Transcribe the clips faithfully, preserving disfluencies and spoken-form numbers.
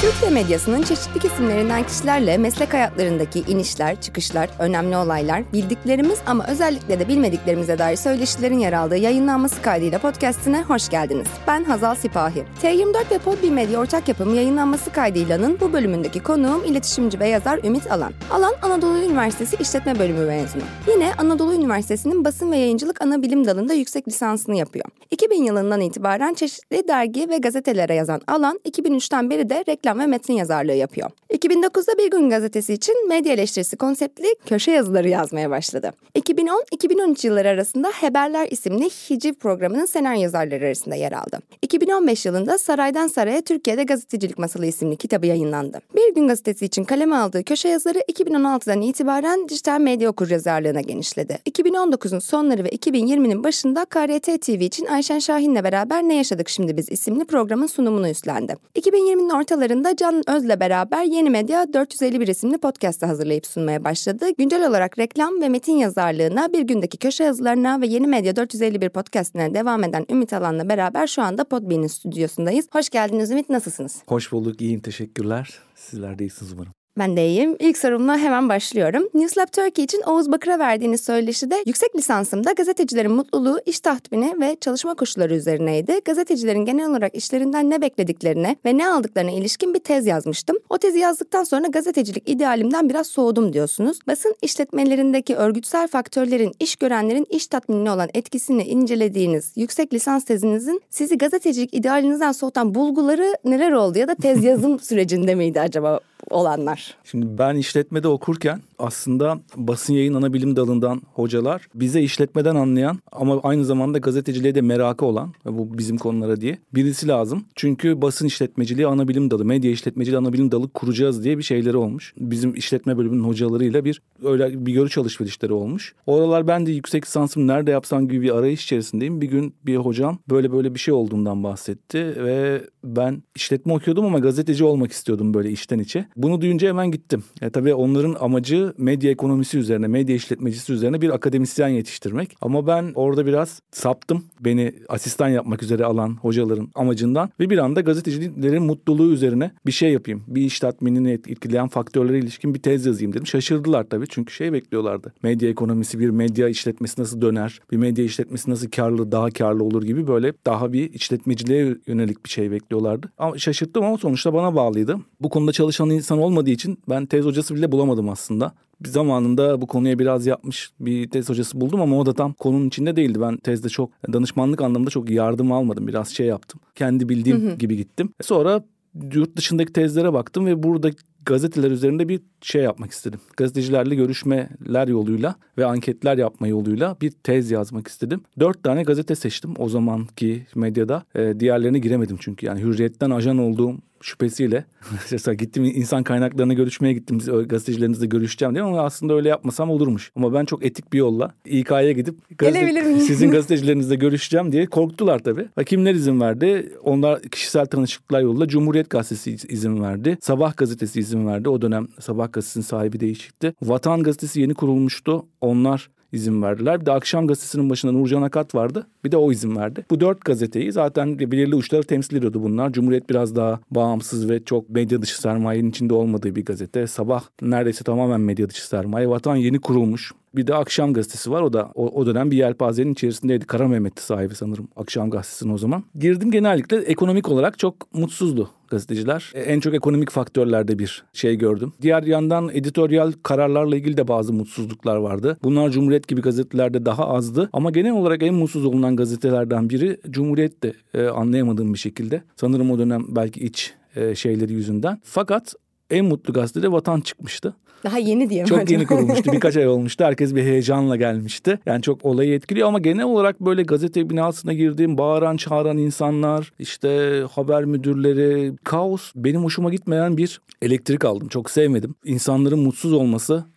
Türkiye medyasının çeşitli kesimlerinden kişilerle meslek hayatlarındaki inişler, çıkışlar, önemli olaylar, bildiklerimiz ama özellikle de bilmediklerimize dair söyleşilerin yer aldığı yayınlanması kaydıyla podcastine hoş geldiniz. Ben Hazal Sipahi. T yirmi dört ve Podbi Medya ortak yapımı yayınlanması kaydıylanın bu bölümündeki konuğum iletişimci ve yazar Ümit Alan. Alan, Anadolu Üniversitesi İşletme Bölümü mezunu. Yine Anadolu Üniversitesi'nin Basın ve Yayıncılık Anabilim Dalı'nda yüksek lisansını yapıyor. iki bin yılından itibaren çeşitli dergi ve gazetelere yazan Alan, iki bin üçten beri de reklam ve metin yazarlığı yapıyor. iki bin dokuzda Bir Gün gazetesi için medya eleştirisi konseptli köşe yazıları yazmaya başladı. iki bin on iki bin on üç yılları arasında Haberler isimli Hiciv programının senaryo yazarları arasında yer aldı. iki bin on beş yılında Saraydan Saraya Türkiye'de Gazetecilik Masalı isimli kitabı yayınlandı. Bir Gün gazetesi için kaleme aldığı köşe yazıları iki bin on altıdan itibaren dijital medya okuryazarlığına genişledi. iki bin on dokuzun sonları ve iki bin yirminin başında K R T T V için Ayşen Şahin'le beraber Ne Yaşadık Şimdi Biz isimli programın sunumunu üstlendi. iki bin yirminin ortalarında Can Öz'le beraber Yeni Medya dört yüz elli bir isimli podcast'ı hazırlayıp sunmaya başladı. Güncel olarak reklam ve metin yazarlığına, Bir Gündeki köşe yazılarına ve Yeni Medya dört yüz elli bir podcast'ine devam eden Ümit Alan'la beraber şu anda Podbi'nin stüdyosundayız. Hoş geldiniz Ümit, nasılsınız? Hoş bulduk, iyiyim, teşekkürler. Sizler de iyisiniz umarım. Ben de iyiyim. İlk sorumla hemen başlıyorum. Newslab Turkey için Oğuz Bakır'a verdiğiniz söyleşide yüksek lisansımda gazetecilerin mutluluğu, iş tatmini ve çalışma koşulları üzerineydi. Gazetecilerin genel olarak işlerinden ne beklediklerine ve ne aldıklarına ilişkin bir tez yazmıştım. O tezi yazdıktan sonra gazetecilik idealimden biraz soğudum diyorsunuz. Basın işletmelerindeki örgütsel faktörlerin iş görenlerin iş tatminine olan etkisini incelediğiniz yüksek lisans tezinizin sizi gazetecilik idealinizden soğutan bulguları neler oldu ya da tez yazım sürecinde miydi acaba olanlar? Şimdi ben işletmede okurken aslında basın yayın anabilim dalından hocalar bize işletmeden anlayan ama aynı zamanda gazeteciliğe de merakı olan, bu bizim konulara diye birisi lazım. Çünkü basın işletmeciliği anabilim dalı, medya işletmeciliği anabilim dalı kuracağız diye bir şeyleri olmuş. Bizim işletme bölümünün hocalarıyla bir öyle bir görüş alışverişleri olmuş. Oralar ben de yüksek lisansımı nerede yapsam gibi bir arayış içerisindeyim. Bir gün bir hocam böyle böyle bir şey olduğundan bahsetti ve ben işletme okuyordum ama gazeteci olmak istiyordum böyle içten içe. Bunu duyunca hemen gittim. E, tabii onların amacı medya ekonomisi üzerine, medya işletmecisi üzerine bir akademisyen yetiştirmek. Ama ben orada biraz saptım. Beni asistan yapmak üzere alan hocaların amacından ve bir anda gazetecilerin mutluluğu üzerine bir şey yapayım. Bir iş tatminini etkileyen faktörlere ilişkin bir tez yazayım dedim. Şaşırdılar tabii çünkü şey bekliyorlardı. Medya ekonomisi, bir medya işletmesi nasıl döner? Bir medya işletmesi nasıl karlı, daha karlı olur gibi böyle daha bir işletmeciliğe yönelik bir şey bekliyorlardı. Ama şaşırttım ama sonuçta bana bağlıydı. Bu konuda çalışan insan olmadığı için ben tez hocası bile bulamadım aslında. Bir zamanında bu konuya biraz yapmış bir tez hocası buldum ama o da tam konunun içinde değildi. Ben tezde çok danışmanlık anlamında çok yardım almadım. Biraz şey yaptım. Kendi bildiğim hı hı. gibi gittim. Sonra yurt dışındaki tezlere baktım ve burada gazeteler üzerinde bir şey yapmak istedim. Gazetecilerle görüşmeler yoluyla ve anketler yapma yoluyla bir tez yazmak istedim. Dört tane gazete seçtim o zamanki medyada. Ee, diğerlerine giremedim çünkü yani Hürriyet'ten ajan olduğum şüphesiyle. Mesela gittim insan kaynaklarına görüşmeye gittim. Gazetecilerinizle görüşeceğim diye ama aslında öyle yapmasam olurmuş. Ama ben çok etik bir yolla İK'ya gidip gazete, sizin gazetecilerinizle görüşeceğim diye korktular tabii. Kimler izin verdi? Onlar kişisel tanışıklıklar yoluyla Cumhuriyet Gazetesi izin verdi. Sabah gazetesi izin verdi. O dönem Sabah gazetesinin sahibi değişikti. Vatan gazetesi yeni kurulmuştu. Onlar izin verdiler. Bir de Akşam gazetesinin başında Nurcan Akat vardı. Bir de o izin verdi. Bu dört gazeteyi zaten belirli uçları temsil ediyordu bunlar. Cumhuriyet biraz daha bağımsız ve çok medya dışı sermayenin içinde olmadığı bir gazete. Sabah neredeyse tamamen medya dışı sermaye. Vatan yeni kurulmuş. Bir de Akşam gazetesi var. O da o, o dönem bir yelpazenin içerisindeydi. Kara Mehmet'ti sahibi sanırım Akşam gazetesinin o zaman. Girdim, genellikle ekonomik olarak çok mutsuzdu gazeteciler. En çok ekonomik faktörlerde bir şey gördüm. Diğer yandan editoryal kararlarla ilgili de bazı mutsuzluklar vardı. Bunlar Cumhuriyet gibi gazetelerde daha azdı. Ama genel olarak en mutsuz olunan gazetelerden biri Cumhuriyet'ti. Ee, anlayamadığım bir şekilde. Sanırım o dönem belki iç e, şeyleri yüzünden. Fakat en mutlu gazetede Vatan çıkmıştı. Daha yeni diye mi Çok acaba? yeni kurulmuştu. Birkaç ay olmuştu. Herkes bir heyecanla gelmişti. Yani çok olayı etkiliyor ama genel olarak böyle gazete binasına girdiğim bağıran çağıran insanlar, işte haber müdürleri, kaos, benim hoşuma gitmeyen bir elektrik aldım. Çok sevmedim. İnsanların mutsuz olması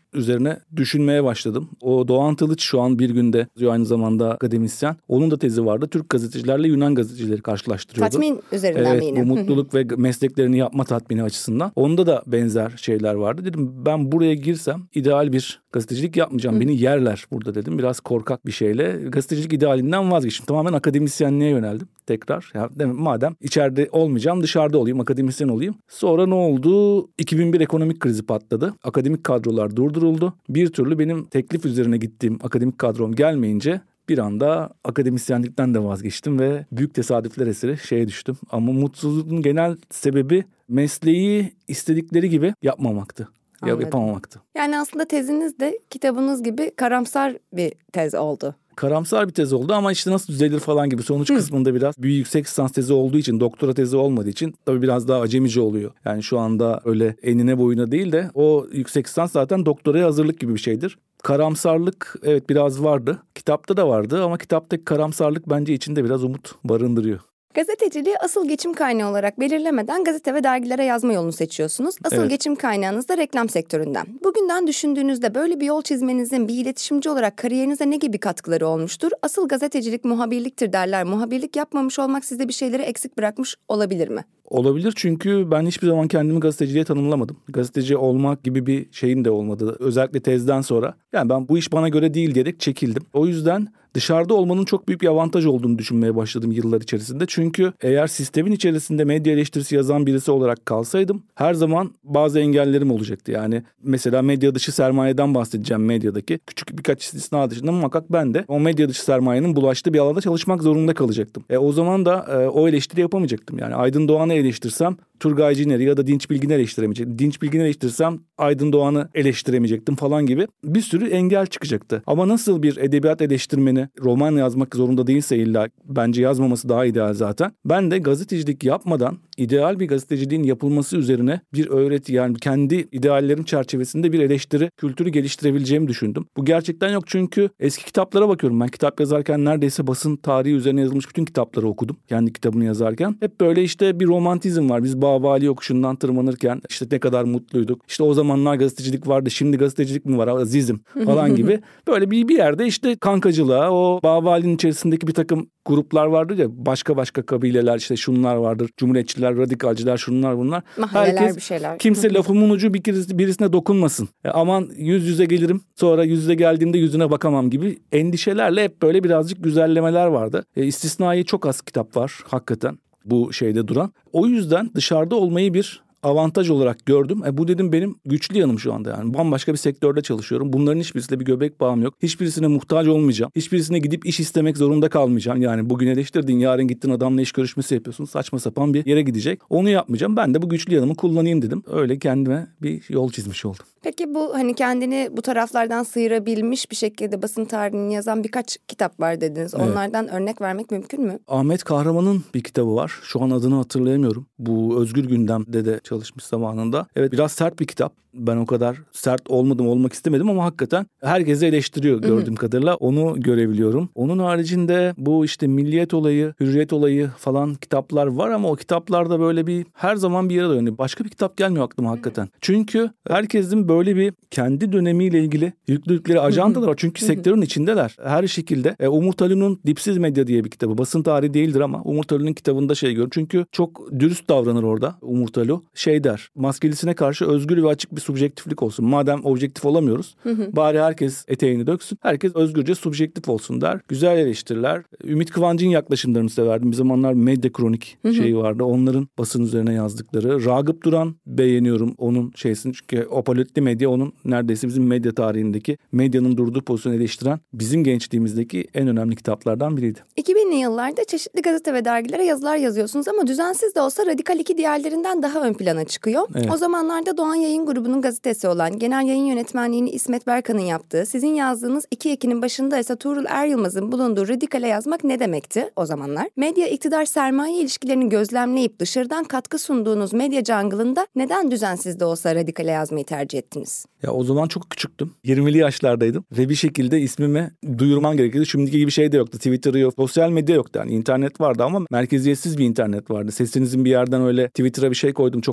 üzerine düşünmeye başladım. O Doğan Tılıç şu an Bir Gün'de aynı zamanda akademisyen. Onun da tezi vardı. Türk gazetecilerle Yunan gazetecileri karşılaştırıyordu. Tatmin üzerinden evet, mi yine? Bu mutluluk ve mesleklerini yapma tatmini açısından. Onda da benzer şeyler vardı. Dedim ben buraya girsem ideal bir gazetecilik yapmayacağım. Hı. Beni yerler burada dedim. Biraz korkak bir şeyle gazetecilik idealinden vazgeçtim. Tamamen akademisyenliğe yöneldim tekrar. Ya, madem içeride olmayacağım, dışarıda olayım, akademisyen olayım. Sonra ne oldu? iki bin bir ekonomik krizi patladı. Akademik kadrolar durduruldu. Bir türlü benim teklif üzerine gittiğim akademik kadrom gelmeyince bir anda akademisyenlikten de vazgeçtim ve büyük tesadüfler eseri şeye düştüm. Ama mutsuzluğun genel sebebi mesleği istedikleri gibi yapmamaktı. Anladım. Yapamamaktı. Yani aslında teziniz de kitabınız gibi karamsar bir tez oldu. Karamsar bir tez oldu ama işte nasıl düzelir falan gibi sonuç Hı. kısmında biraz bir yüksek lisans tezi olduğu için, doktora tezi olmadığı için tabii biraz daha acemice oluyor. Yani şu anda öyle enine boyuna değil de o yüksek lisans zaten doktoraya hazırlık gibi bir şeydir. Karamsarlık evet biraz vardı. Kitapta da vardı ama kitaptaki karamsarlık bence içinde biraz umut barındırıyor. Gazeteciliği asıl geçim kaynağı olarak belirlemeden gazete ve dergilere yazma yolunu seçiyorsunuz. Asıl evet. geçim kaynağınız da reklam sektöründen. Bugünden düşündüğünüzde böyle bir yol çizmenizin bir iletişimci olarak kariyerinize ne gibi katkıları olmuştur? Asıl gazetecilik muhabirliktir derler. Muhabirlik yapmamış olmak sizde bir şeyleri eksik bırakmış olabilir mi? Olabilir çünkü ben hiçbir zaman kendimi gazeteciliğe tanımlamadım. Gazeteci olmak gibi bir şeyim de olmadı. Özellikle tezden sonra. Yani ben bu iş bana göre değil diyerek çekildim. O yüzden dışarıda olmanın çok büyük bir avantaj olduğunu düşünmeye başladım yıllar içerisinde. Çünkü eğer sistemin içerisinde medya eleştirisi yazan birisi olarak kalsaydım her zaman bazı engellerim olacaktı. Yani mesela medya dışı sermayeden bahsedeceğim medyadaki. Küçük birkaç istisna dışında muhakkak ben de o medya dışı sermayenin bulaştığı bir alanda çalışmak zorunda kalacaktım. E, o zaman da e, o eleştiri yapamayacaktım. Yani Aydın Doğan'ı eleştirsem Turgay Ciner'i ya da Dinç Bilgin'i eleştiremeyecektim. Dinç Bilgin'i eleştirsem Aydın Doğan'ı eleştiremeyecektim falan gibi bir sürü engel çıkacaktı. Ama nasıl bir edebiyat eleştirmeni roman yazmak zorunda değilse illa bence yazmaması daha ideal zaten. Ben de gazetecilik yapmadan ideal bir gazeteciliğin yapılması üzerine bir öğreti yani kendi ideallerim çerçevesinde bir eleştiri kültürü geliştirebileceğimi düşündüm. Bu gerçekten yok çünkü eski kitaplara bakıyorum. Ben kitap yazarken neredeyse basın tarihi üzerine yazılmış bütün kitapları okudum. Kendi kitabımı yazarken. Hep böyle işte bir romantizm var. Biz Babali yokuşundan tırmanırken işte ne kadar mutluyduk. İşte o zamanlar gazetecilik vardı. Şimdi gazetecilik mi var? Azizm falan gibi. Böyle bir, bir yerde işte kankacılığa o Babali'nin içerisindeki bir takım gruplar vardır ya başka başka kabileler işte şunlar vardır. Cumhuriyetçiler, radikalciler şunlar bunlar. Mahalleler Herkes, bir şeyler. Kimse lafımın ucu bir, birisine dokunmasın. E, aman yüz yüze gelirim sonra yüz yüze geldiğimde yüzüne bakamam gibi endişelerle hep böyle birazcık güzellemeler vardı. E, istisnai çok az kitap var hakikaten bu şeyde duran. O yüzden dışarıda olmayı bir avantaj olarak gördüm. E bu dedim benim güçlü yanım şu anda yani. Bambaşka bir sektörde çalışıyorum. Bunların hiçbirisiyle bir göbek bağım yok. Hiçbirisine muhtaç olmayacağım. Hiçbirisine gidip iş istemek zorunda kalmayacağım. Yani bugün eleştirdin, yarın gittin adamla iş görüşmesi yapıyorsun. Saçma sapan bir yere gidecek. Onu yapmayacağım. Ben de bu güçlü yanımı kullanayım dedim. Öyle kendime bir yol çizmiş oldum. Peki bu hani kendini bu taraflardan sıyırabilmiş bir şekilde basın tarihini yazan birkaç kitap var dediniz. Evet. Onlardan örnek vermek mümkün mü? Ahmet Kahraman'ın bir kitabı var. Şu an adını hatırlayamıyorum. Bu Özgür Gündem'de de çalışmış zamanında. Evet biraz sert bir kitap. Ben o kadar sert olmadım, olmak istemedim ama hakikaten herkesi eleştiriyor gördüğüm hı hı. kadarıyla. Onu görebiliyorum. Onun haricinde bu işte Milliyet olayı, Hürriyet olayı falan kitaplar var ama o kitaplarda böyle bir her zaman bir yere dayanıyor. Başka bir kitap gelmiyor aklıma hakikaten. Hı hı. Çünkü herkesin böyle bir kendi dönemiyle ilgili yüklülükleri ajandalar var. Çünkü sektörün içindeler. Her şekilde. E, Umur Talun'un Dipsiz Medya diye bir kitabı. Basın tarihi değildir ama Umur Talun'un kitabında şey görüyorum. Çünkü çok dürüst davranır orada Umur Talu. Şey der, maskelisine karşı özgür ve açık bir subjektiflik olsun. Madem objektif olamıyoruz, hı hı. bari herkes eteğini döksün. Herkes özgürce subjektif olsun der. Güzel eleştiriler. Ümit Kıvanç'ın yaklaşımlarını severdim. Bir zamanlar Medya Kronik hı hı. şeyi vardı. Onların basın üzerine yazdıkları. Ragıp Duran beğeniyorum onun şeysini. Çünkü Apolotli Medya onun neredeyse bizim medya tarihindeki medyanın durduğu pozisyonu eleştiren bizim gençliğimizdeki en önemli kitaplardan biriydi. iki binli yıllarda çeşitli gazete ve dergilere yazılar yazıyorsunuz ama düzensiz de olsa Radikal iki diğerlerinden daha ön plana çıkıyor. Evet. O zamanlarda Doğan Yayın Grubu'nun gazetesi olan genel yayın yönetmenliğini İsmet Berkan'ın yaptığı, sizin yazdığınız iki Ekin'in başında ise Tuğrul Er Yılmaz'ın bulunduğu Radikal'e yazmak ne demekti o zamanlar? Medya iktidar sermaye ilişkilerini gözlemleyip dışarıdan katkı sunduğunuz medya jungle'ında neden düzensiz de olsa Radikal'e yazmayı tercih ettiniz? Ya o zaman çok küçüktüm. yirmili yaşlardaydım ve bir şekilde ismimi duyurman gerekiyordu. Şimdiki gibi şey de yoktu. Twitter'ı yok. Sosyal medya yoktu. Yani internet vardı ama merkeziyetsiz bir internet vardı. Sesinizin bir yerden öyle Twitter'a bir şey koydum çok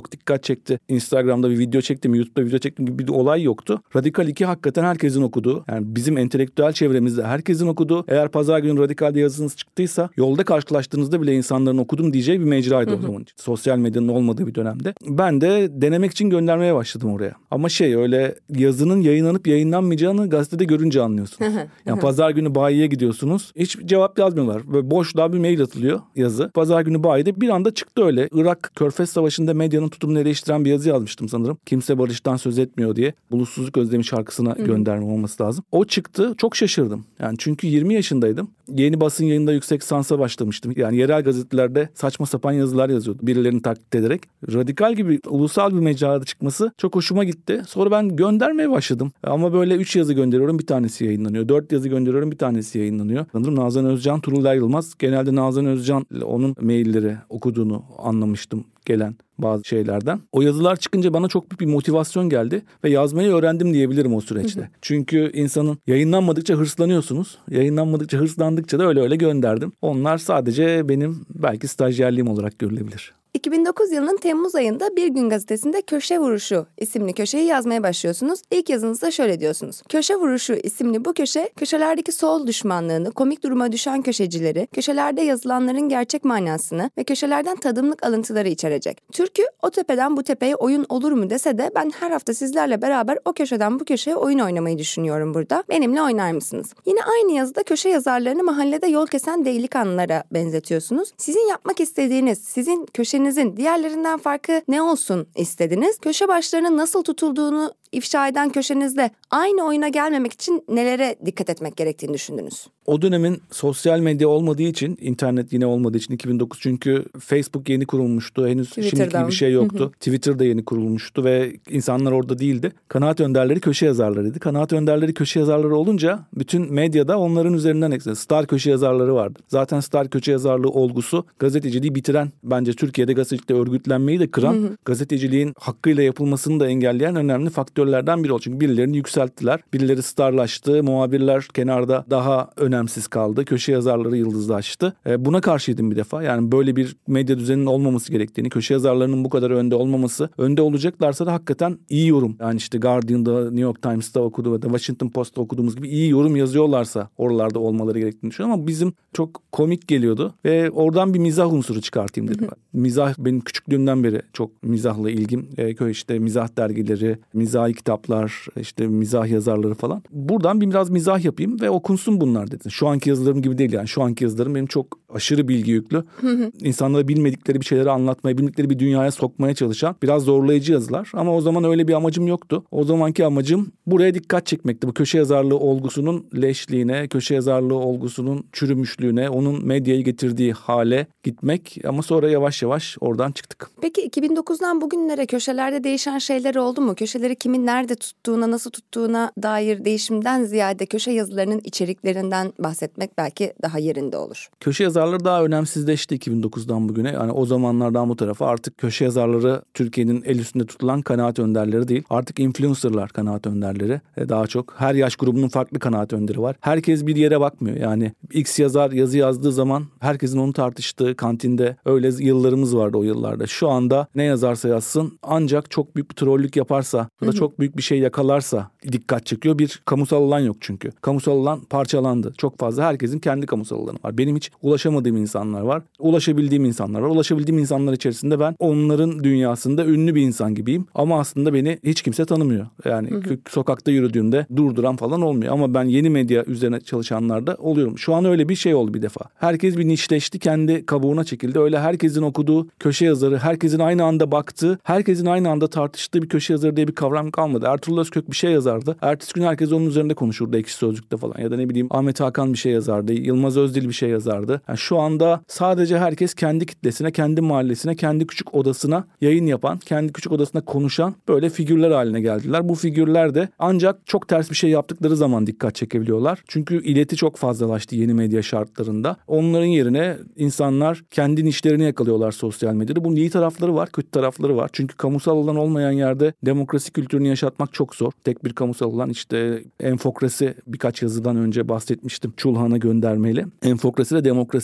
çok dikkat çekti. Instagram'da bir video çektim, YouTube'da video çektim gibi bir olay yoktu. Radikal iki hakikaten herkesin okuduğu, yani bizim entelektüel çevremizde herkesin okuduğu, eğer pazar günü Radikal'de yazınız çıktıysa yolda karşılaştığınızda bile insanların okudum diyeceği bir mecraydı o zaman için. Sosyal medyanın olmadığı bir dönemde. Ben de denemek için göndermeye başladım oraya. Ama şey, öyle yazının yayınlanıp yayınlanmayacağını gazetede görünce anlıyorsunuz. Yani pazar günü bayiye gidiyorsunuz. Hiç cevap yazmıyorlar. Böyle boşluğa bir mail atılıyor yazı. Pazar günü bayide bir anda çıktı öyle. Irak Körfez Savaşı'nda medyanın tutumunu eleştiren bir yazı yazmıştım sanırım. Kimse barıştan söz etmiyor diye. Bulutsuzluk Özlemi şarkısına Hı-hı. gönderme olması lazım. O çıktı. Çok şaşırdım. Yani çünkü yirmi yaşındaydım. Yeni basın yayında yüksek lisansa başlamıştım. Yani yerel gazetelerde saçma sapan yazılar yazıyordum. Birilerini taklit ederek. Radikal gibi ulusal bir mecrada çıkması çok hoşuma gitti. Sonra ben göndermeye başladım. Ama böyle üç yazı gönderiyorum, bir tanesi yayınlanıyor. Dört yazı gönderiyorum, bir tanesi yayınlanıyor. Sanırım Nazan Özcan, Turul Yılmaz. Genelde Nazan Özcan onun mailleri okuduğunu anlamıştım gelen bazı şeylerden. O yazılar çıkınca bana çok büyük bir motivasyon geldi ve yazmayı öğrendim diyebilirim o süreçte. Hı hı. Çünkü insanın yayınlanmadıkça hırslanıyorsunuz. Yayınlanmadıkça hırslandıkça da öyle öyle gönderdim. Onlar sadece benim belki stajyerliğim olarak görülebilir. iki bin dokuz yılının Temmuz ayında Bir Gün Gazetesi'nde Köşe Vuruşu isimli köşeyi yazmaya başlıyorsunuz. İlk yazınızda şöyle diyorsunuz. Köşe Vuruşu isimli bu köşe, köşelerdeki sol düşmanlığını, komik duruma düşen köşecileri, köşelerde yazılanların gerçek manasını ve köşelerden tadımlık alıntıları içerecek. Türkü o tepeden bu tepeye oyun olur mu dese de ben her hafta sizlerle beraber o köşeden bu köşeye oyun oynamayı düşünüyorum burada. Benimle oynar mısınız? Yine aynı yazıda köşe yazarlarını mahallede yol kesen delikanlılara benzetiyorsunuz. Sizin yapmak istediğiniz, sizin köşeniz diğerlerinden farkı ne olsun istediniz? Köşe başlarının nasıl tutulduğunu ifşa eden köşenizde aynı oyuna gelmemek için nelere dikkat etmek gerektiğini düşündünüz? O dönemin sosyal medya olmadığı için, internet yine olmadığı için iki bin dokuz, çünkü Facebook yeni kurulmuştu. Henüz şimdiki bir şey yoktu. Twitter da yeni kurulmuştu ve insanlar orada değildi. Kanaat önderleri köşe yazarlarıydı. Kanaat önderleri köşe yazarları olunca bütün medyada onların üzerinden eksildi. Star köşe yazarları vardı. Zaten star köşe yazarlığı olgusu gazeteciliği bitiren, bence Türkiye'de gazetecilikte örgütlenmeyi de kıran, hı hı. gazeteciliğin hakkıyla yapılmasını da engelleyen önemli faktörlerden biri oldu. Çünkü birilerini yükselttiler. Birileri starlaştı. Muhabirler kenarda daha önemsiz kaldı. Köşe yazarları yıldızlaştı. E, buna karşıydım bir defa. Yani böyle bir medya düzeninin olmaması gerektiğini, köşe yazarlarının bu kadar önde olmaması, önde olacaklarsa da hakikaten iyi yorum. Yani işte Guardian'da, New York Times'ta okuduğu ve de Washington Post'ta okuduğumuz gibi iyi yorum yazıyorlarsa oralarda olmaları gerektiğini düşünüyorum. Ama bizim çok komik geliyordu ve oradan bir mizah unsuru çıkartayım dedim. Mizah benim küçüklüğümden beri çok mizahla ilgim. E, işte mizah dergileri, mizahi kitaplar, işte mizah yazarları falan. Buradan bir biraz mizah yapayım ve okunsun bunlar dedi. Şu anki yazılarım gibi değil yani. Şu anki yazılarım benim çok aşırı bilgi yüklü. İnsanlara bilmedikleri bir şeyleri anlatmaya, bilmedikleri bir dünyaya sokmaya çalışan biraz zorlayıcı yazılar. Ama o zaman öyle bir amacım yoktu. O zamanki amacım buraya dikkat çekmekti. Bu köşe yazarlığı olgusunun leşliğine, köşe yazarlığı olgusunun çürümüşlüğüne, onun medyayı getirdiği hale gitmek. Ama sonra yavaş yavaş oradan çıktık. Peki iki bin dokuzdan bugünlere köşelerde değişen şeyler oldu mu? Köşeleri kimin nerede tuttuğuna, nasıl tuttuğuna dair değişimden ziyade köşe yazılarının içeriklerinden bahsetmek belki daha yerinde olur. Köşe yazarları daha önemsizleşti iki bin dokuzdan bugüne. Yani o zamanlardan bu tarafa artık köşe yazarları Türkiye'nin el üstünde tutulan kanaat önderleri değil. Artık influencerlar kanaat önderleri. Daha çok her yaş grubunun farklı kanaat önderi var. Herkes bir yere bakmıyor. Yani X yazar yazı yazdığı zaman herkesin onu tartıştığı kantinde öyle yıllarımız vardı o yıllarda. Şu anda ne yazarsa yazsın ancak çok büyük bir trollük yaparsa ya da çok büyük bir şey yakalarsa dikkat çekiyor. Bir kamusal alan yok çünkü. Kamusal alan parçalandı. Çok fazla herkesin kendi kamusal alanı var. Benim hiç ulaşamadığım insanlar var. Ulaşabildiğim insanlar var. Ulaşabildiğim insanlar içerisinde ben onların dünyasında ünlü bir insan gibiyim. Ama aslında beni hiç kimse tanımıyor. Yani hı hı. sokakta yürüdüğümde durduran falan olmuyor. Ama ben yeni medya üzerine çalışanlarda oluyorum. Şu an öyle bir şey oldu bir defa. Herkes bir nişleşti. Kendi kabuğuna çekildi. Öyle herkesin okuduğu köşe yazarı, herkesin aynı anda baktığı, herkesin aynı anda tartıştığı bir köşe yazarı diye bir kavram kalmadı. Ertuğrul Özkök bir şey yazardı. Ertesi gün herkes onun üzerinde konuşurdu Ekşi Sözlük'te falan. Ya da ne bileyim Ahmet Hakan bir şey yazardı. Yılmaz Özdil bir şey yazardı. Yani şu anda sadece herkes kendi kitlesine, kendi mahallesine, kendi küçük odasına yayın yapan, kendi küçük odasına konuşan böyle figürler haline geldiler. Bu figürler de ancak çok ters bir şey yaptıkları zaman dikkat çekebiliyorlar. Çünkü ileti çok fazlalaştı yeni medya şartlarında. Onların yerine insanlar kendi nişlerini yakalıyorlar sosyal medyada. Bunun iyi tarafları var, kötü tarafları var. Çünkü kamusal alan olmayan yerde demokrasi kültürünü yaşatmak çok zor. Tek bir kamusal alan, işte enfokrasi, birkaç yazıdan önce bahsetmiştim Çulhan'a göndermeyle. Enfokrasi ile demokrasi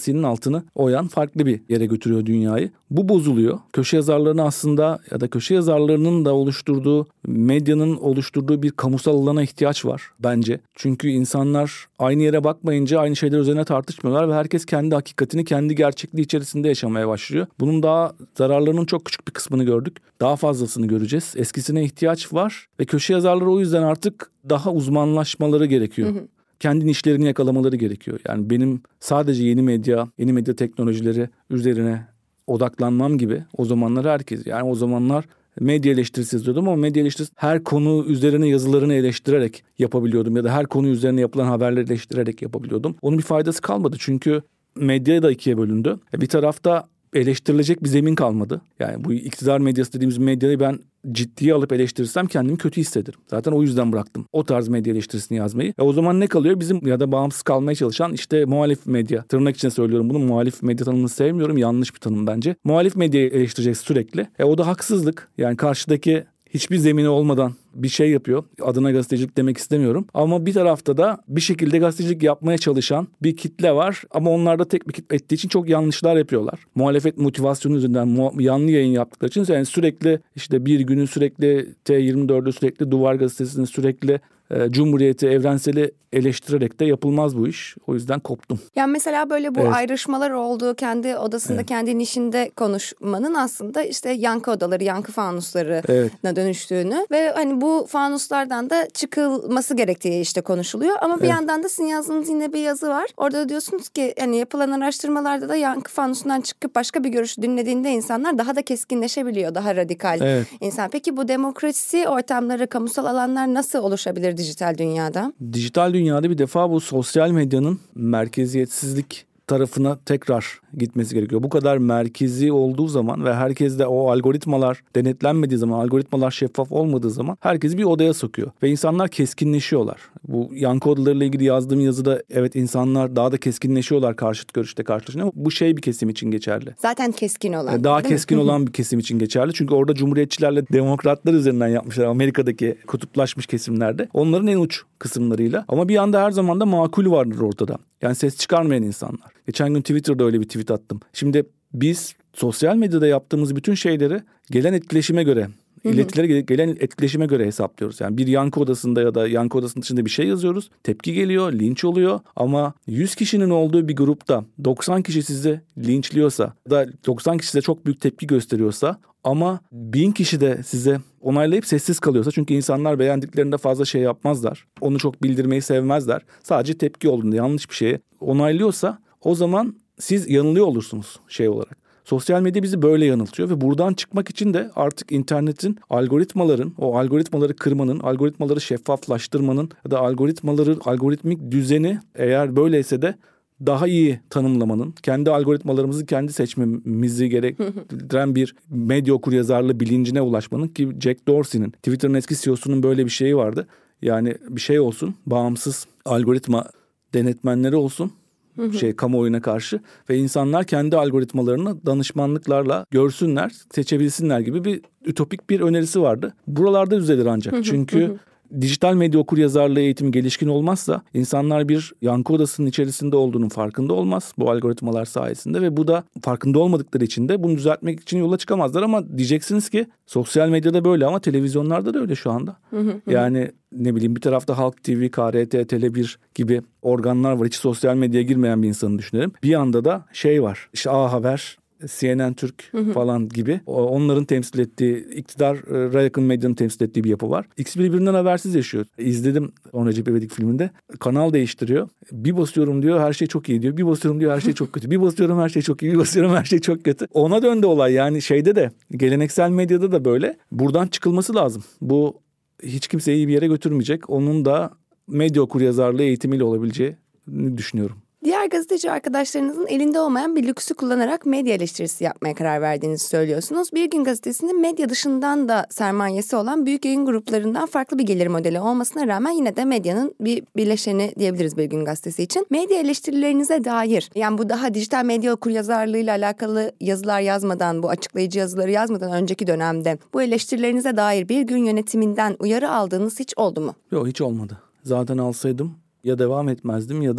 klasiğinin altını oyan farklı bir yere götürüyor dünyayı. Bu bozuluyor. Köşe yazarlarını aslında ya da köşe yazarlarının da oluşturduğu, medyanın oluşturduğu bir kamusal alana ihtiyaç var bence. Çünkü insanlar aynı yere bakmayınca aynı şeyler üzerine tartışmıyorlar ve herkes kendi hakikatini, kendi gerçekliği içerisinde yaşamaya başlıyor. Bunun daha zararlarının çok küçük bir kısmını gördük. Daha fazlasını göreceğiz. Eskisine ihtiyaç var ve köşe yazarları o yüzden artık daha uzmanlaşmaları gerekiyor. Hı hı. Kendi nişlerini yakalamaları gerekiyor. Yani benim sadece yeni medya, yeni medya teknolojileri üzerine odaklanmam gibi o zamanlar herkes. Yani o zamanlar medya eleştirisi yazıyordum ama medya eleştirisi her konu üzerine yazılarını eleştirerek yapabiliyordum. Ya da her konu üzerine yapılan haberleri eleştirerek yapabiliyordum. Onun bir faydası kalmadı çünkü medya da ikiye bölündü. Bir tarafta eleştirilecek bir zemin kalmadı. Yani bu iktidar medyası dediğimiz medyayı ben ciddiye alıp eleştirirsem kendimi kötü hissederim. Zaten o yüzden bıraktım o tarz medya eleştirisini yazmayı. E o zaman ne kalıyor? Bizim ya da bağımsız kalmaya çalışan işte muhalif medya. Tırnak içinde söylüyorum bunu. Muhalif medya tanımını sevmiyorum. Yanlış bir tanım bence. Muhalif medyayı eleştirecek sürekli. E o da haksızlık. Yani karşıdaki hiçbir zemini olmadan bir şey yapıyor. Adına gazetecilik demek istemiyorum. Ama bir tarafta da bir şekilde gazetecilik yapmaya çalışan bir kitle var. Ama onlar da tek bir kitle ettiği için çok yanlışlar yapıyorlar. Muhalefet motivasyonu yüzünden mu- yanlı yayın yaptıkları için yani sürekli işte Bir Gün'ün sürekli T yirmi dördü sürekli Duvar Gazetesi'nin sürekli e, Cumhuriyeti, Evrensel'i eleştirerek de yapılmaz bu iş. O yüzden koptum. Yani mesela böyle bu evet. ayrışmalar olduğu kendi odasında, evet. kendi nişinde konuşmanın aslında işte yankı odaları, yankı fanuslarına evet. dönüştüğünü ve hani bu fanuslardan da çıkılması gerektiği işte konuşuluyor. Ama bir evet. yandan da sizin yazdığınız yine bir yazı var. Orada da diyorsunuz ki hani yapılan araştırmalarda da yankı fanusundan çıkıp başka bir görüşü dinlediğinde insanlar daha da keskinleşebiliyor, daha radikal evet. insan. Peki bu demokrasi ortamları, kamusal alanlar nasıl oluşabilir dijital dünyada? Dijital dünyada bir defa bu sosyal medyanın merkeziyetsizlik tarafına tekrar gitmesi gerekiyor. Bu kadar merkezi olduğu zaman ve herkes de o algoritmalar denetlenmediği zaman, algoritmalar şeffaf olmadığı zaman herkesi bir odaya sokuyor. Ve insanlar keskinleşiyorlar. Bu yankı odalarıyla ilgili yazdığım yazıda evet insanlar daha da keskinleşiyorlar karşıt görüşte karşılaşınca ama bu şey bir kesim için geçerli. Zaten keskin olan. Daha keskin olan bir kesim için geçerli. Çünkü orada cumhuriyetçilerle demokratlar üzerinden yapmışlar Amerika'daki kutuplaşmış kesimlerde. Onların en uç kısımlarıyla. Ama bir anda her zaman da makul vardır ortada. Yani ses çıkarmayan insanlar. Geçen gün Twitter'da öyle bir tweet attım. Şimdi biz sosyal medyada yaptığımız bütün şeyleri gelen etkileşime göre, iletilere gelen etkileşime göre hesaplıyoruz. Yani bir yankı odasında ya da yankı odasının dışında bir şey yazıyoruz. Tepki geliyor, linç oluyor. Ama yüz kişinin olduğu bir grupta doksan kişi sizi linçliyorsa ya da doksan kişi size çok büyük tepki gösteriyorsa ama bin kişi de size onaylayıp sessiz kalıyorsa çünkü insanlar beğendiklerinde fazla şey yapmazlar. Onu çok bildirmeyi sevmezler. Sadece tepki olduğunda yanlış bir şeye onaylıyorsa o zaman siz yanılıyor olursunuz şey olarak. Sosyal medya bizi böyle yanıltıyor ve buradan çıkmak için de artık internetin algoritmaların, o algoritmaları kırmanın, algoritmaları şeffaflaştırmanın ya da algoritmaları, algoritmik düzeni eğer böyleyse de daha iyi tanımlamanın, kendi algoritmalarımızı kendi seçmemizi gerektiren bir medya okuryazarlığı bilincine ulaşmanın ki Jack Dorsey'nin, Twitter'ın eski C E O'sunun böyle bir şeyi vardı. Yani bir şey olsun, bağımsız algoritma denetmenleri olsun. şey kamuoyuna karşı ve insanlar kendi algoritmalarını danışmanlıklarla görsünler, seçebilsinler gibi bir ütopik bir önerisi vardı. Buralarda düzelir ancak. Çünkü dijital medya okuryazarlığı eğitimi gelişkin olmazsa insanlar bir yankı odasının içerisinde olduğunun farkında olmaz bu algoritmalar sayesinde ve bu da farkında olmadıkları için de bunu düzeltmek için yola çıkamazlar ama diyeceksiniz ki sosyal medyada böyle ama televizyonlarda da öyle şu anda. Yani ne bileyim bir tarafta Halk T V, K R T, Tele bir gibi organlar var. Hiç sosyal medyaya girmeyen bir insanı düşünelim. Bir yanda da şey var. İşte A Haber, C N N Türk hı hı. falan gibi onların temsil ettiği iktidara yakın medyanın temsil ettiği bir yapı var. İkisi birbirinden habersiz yaşıyor. İzledim Orhan Recep İvedik filminde. Kanal değiştiriyor. Bir basıyorum diyor her şey çok iyi diyor. Bir basıyorum diyor her şey çok kötü. Bir basıyorum her şey çok iyi. Bir basıyorum her şey çok kötü. Ona döndü olay yani şeyde de geleneksel medyada da böyle. Buradan çıkılması lazım. Bu hiç kimseyi iyi bir yere götürmeyecek. Onun da medya okuryazarlığı eğitimiyle olabileceğini düşünüyorum. Diğer gazeteci arkadaşlarınızın elinde olmayan bir lüksü kullanarak medya eleştirisi yapmaya karar verdiğinizi söylüyorsunuz. Bir Gün Gazetesi'nin medya dışından da sermayesi olan büyük yayın gruplarından farklı bir gelir modeli olmasına rağmen yine de medyanın bir bileşeni diyebiliriz Bir Gün Gazetesi için. Medya eleştirilerinize dair, yani bu daha dijital medya okuryazarlığıyla alakalı yazılar yazmadan, bu açıklayıcı yazıları yazmadan önceki dönemde bu eleştirilerinize dair Bir Gün yönetiminden uyarı aldığınız hiç oldu mu? Yok, hiç olmadı. Zaten alsaydım ya devam etmezdim ya da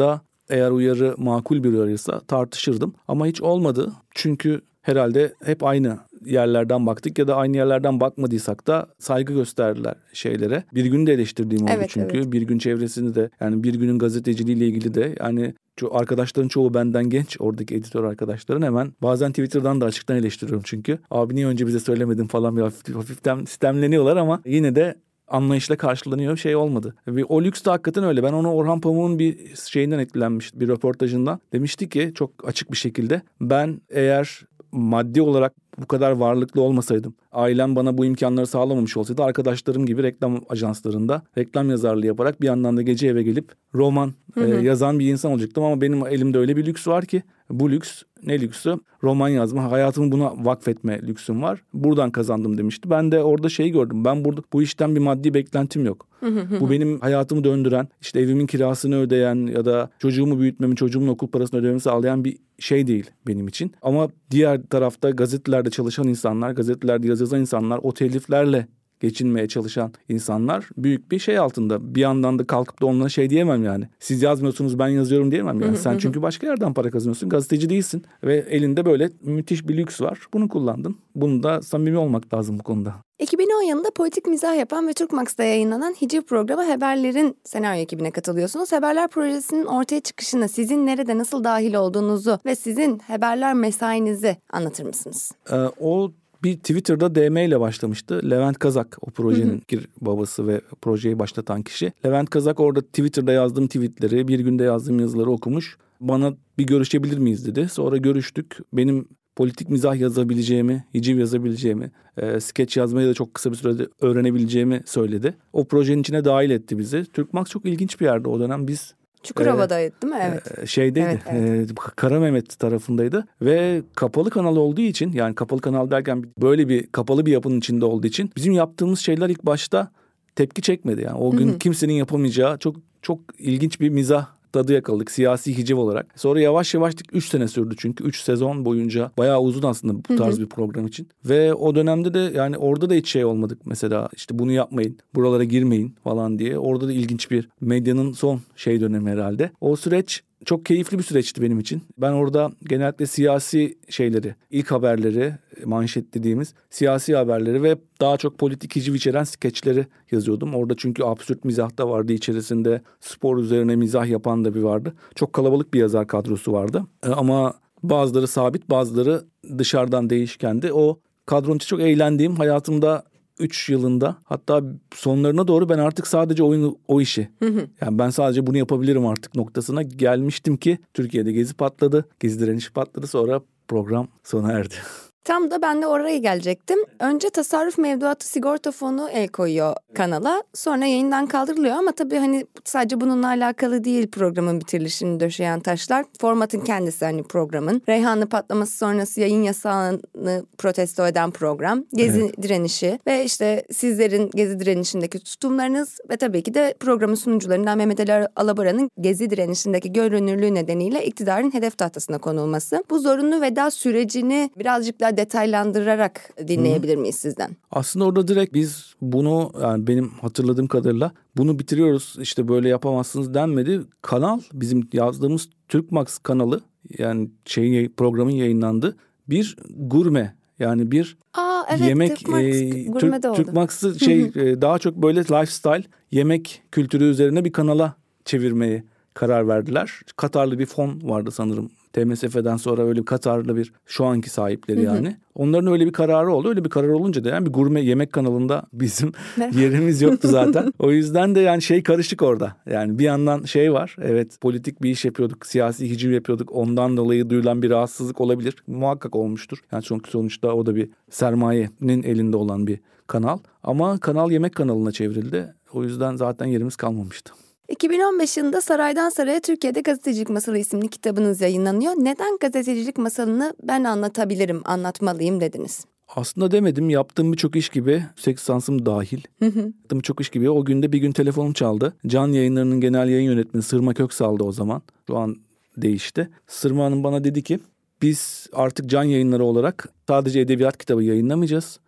eğer uyarı makul bir uyarıysa tartışırdım. Ama hiç olmadı. Çünkü herhalde hep aynı yerlerden baktık ya da aynı yerlerden bakmadıysak da saygı gösterdiler şeylere. Bir gün de eleştirdiğim oldu evet, çünkü. Evet. Bir gün çevresini de, yani bir günün gazeteciliğiyle ilgili de, yani ço- arkadaşların çoğu benden genç, oradaki editör arkadaşların, hemen bazen Twitter'dan da açıktan eleştiriyorum çünkü. Abi niye önce bize söylemedin falan, bir hafif, hafiften sistemleniyorlar ama yine de anlayışla karşılanıyor, şey olmadı. Ve o lüks de hakikaten öyle. Ben onu Orhan Pamuk'un bir şeyinden etkilenmiştim, bir röportajından. Demişti ki çok açık bir şekilde, ben eğer maddi olarak bu kadar varlıklı olmasaydım, ailem bana bu imkanları sağlamamış olsaydı, arkadaşlarım gibi reklam ajanslarında reklam yazarlığı yaparak bir yandan da gece eve gelip roman Hı hı. e, yazan bir insan olacaktım. Ama benim elimde öyle bir lüks var ki, bu lüks ne lüksü? Roman yazma, hayatımı buna vakfetme lüksüm var. Buradan kazandım demişti. Ben de orada şeyi gördüm. Ben burada bu işten bir maddi beklentim yok. Bu benim hayatımı döndüren, işte evimin kirasını ödeyen ya da çocuğumu büyütmemi, çocuğumun okul parasını ödememi sağlayan bir şey değil benim için. Ama diğer tarafta gazetelerde çalışan insanlar, gazetelerde yazan insanlar, o teliflerle geçinmeye çalışan insanlar büyük bir şey altında. Bir yandan da kalkıp da onlara şey diyemem yani. Siz yazmıyorsunuz, ben yazıyorum diyemem yani. Sen çünkü başka yerden para kazanıyorsun. Gazeteci değilsin ve elinde böyle müthiş bir lüks var. Bunu kullandın. Bunu da samimi olmak lazım bu konuda. iki bin on yılında politik mizah yapan ve Türkmax'ta yayınlanan Hiciv programı Haberler'in senaryo ekibine katılıyorsunuz. Haberler projesinin ortaya çıkışını, sizin nerede nasıl dahil olduğunuzu ve sizin Haberler mesainizi anlatır mısınız? Ee, o bir Twitter'da D M ile başlamıştı. Levent Kazak, o projenin babası ve projeyi başlatan kişi. Levent Kazak orada Twitter'da yazdığım tweetleri, bir günde yazdığım yazıları okumuş. Bana bir görüşebilir miyiz dedi. Sonra görüştük. Benim politik mizah yazabileceğimi, hiciv yazabileceğimi, e, skeç yazmayı da çok kısa bir sürede öğrenebileceğimi söyledi. O projenin içine dahil etti bizi. Türkmax çok ilginç bir yerde o dönem. Biz Çukurova'daydı değil mi? Evet. E, şeydeydi. Evet, evet. E, Kara Mehmet tarafındaydı ve kapalı kanal olduğu için, yani kapalı kanal derken böyle bir kapalı bir yapının içinde olduğu için bizim yaptığımız şeyler ilk başta tepki çekmedi. Yani o gün kimsenin yapamayacağı çok çok ilginç bir mizah tadı yakaladık siyasi hiciv olarak. Sonra yavaş yavaş üç sene sürdü çünkü üç sezon boyunca, bayağı uzun aslında bu tarz bir program için. Ve o dönemde de yani orada da hiç şey olmadık mesela, işte bunu yapmayın, buralara girmeyin falan diye. Orada da ilginç bir medyanın son şey dönemi herhalde. O süreç çok keyifli bir süreçti benim için. Ben orada genellikle siyasi şeyleri, ilk haberleri, manşet dediğimiz siyasi haberleri ve daha çok politik hiciv içeren skeçleri yazıyordum. Orada çünkü absürt mizah da vardı içerisinde. Spor üzerine mizah yapan da bir vardı. Çok kalabalık bir yazar kadrosu vardı. Ama bazıları sabit, bazıları dışarıdan değişkendi. O kadronun için çok eğlendiğim, hayatımda üç yılında, hatta sonlarına doğru ben artık sadece oyunu, o işi. Yani ben sadece bunu yapabilirim artık noktasına gelmiştim ki Türkiye'de Gezi patladı. Gezi direnişi patladı, sonra program sona erdi. Tam da ben de oraya gelecektim. Önce tasarruf mevduatı sigorta fonu el koyuyor kanala. Sonra yayından kaldırılıyor ama tabii hani sadece bununla alakalı değil programın bitirilişini döşeyen taşlar. Formatın kendisi hani programın. Reyhanlı patlaması sonrası yayın yasağını protesto eden program. Gezi evet. direnişi ve işte sizlerin Gezi direnişindeki tutumlarınız ve tabii ki de programın sunucularından Mehmet Ali Alabora'nın Gezi direnişindeki görünürlüğü nedeniyle iktidarın hedef tahtasına konulması. Bu zorunlu veda sürecini birazcık daha detaylandırarak dinleyebilir miyiz sizden? Aslında orada direkt biz bunu, yani benim hatırladığım kadarıyla bunu bitiriyoruz, işte böyle yapamazsınız denmedi. Kanal, bizim yazdığımız Türkmax kanalı, yani şeyin, programın yayınlandı. Bir gurme, yani bir Aa, evet, yemek Türkmax, e, gurme de oldu. Türkmax'ı şey e, daha çok böyle lifestyle, yemek kültürü üzerine bir kanala çevirmeye karar verdiler. Katarlı bir fon vardı sanırım. T M S F'den sonra öyle bir Katarlı bir, şu anki sahipleri yani. Hı hı. Onların öyle bir kararı oldu. Öyle bir karar olunca da yani bir gurme yemek kanalında bizim yerimiz yoktu zaten. O yüzden de yani şey karışık orada. Yani bir yandan şey var. Evet, politik bir iş yapıyorduk. Siyasi hiciv yapıyorduk. Ondan dolayı duyulan bir rahatsızlık olabilir. Muhakkak olmuştur. Yani çünkü sonuçta o da bir sermayenin elinde olan bir kanal. Ama kanal yemek kanalına çevrildi. O yüzden zaten yerimiz kalmamıştı. iki bin on beş yılında Saraydan Saraya Türkiye'de Gazetecilik Masalı isimli kitabınız yayınlanıyor. Neden gazetecilik masalını ben anlatabilirim, anlatmalıyım dediniz? Aslında demedim. Yaptığım birçok iş gibi, yüksek lisansım dahil. Hı hı. Yaptığım birçok iş gibi o günde bir gün telefonum çaldı. Can Yayınları'nın genel yayın yönetmeni Sırma Köksal'dı o zaman. Şu an değişti. Sırma Hanım bana dedi ki biz artık Can Yayınları olarak sadece edebiyat kitabı yayınlamayacağız.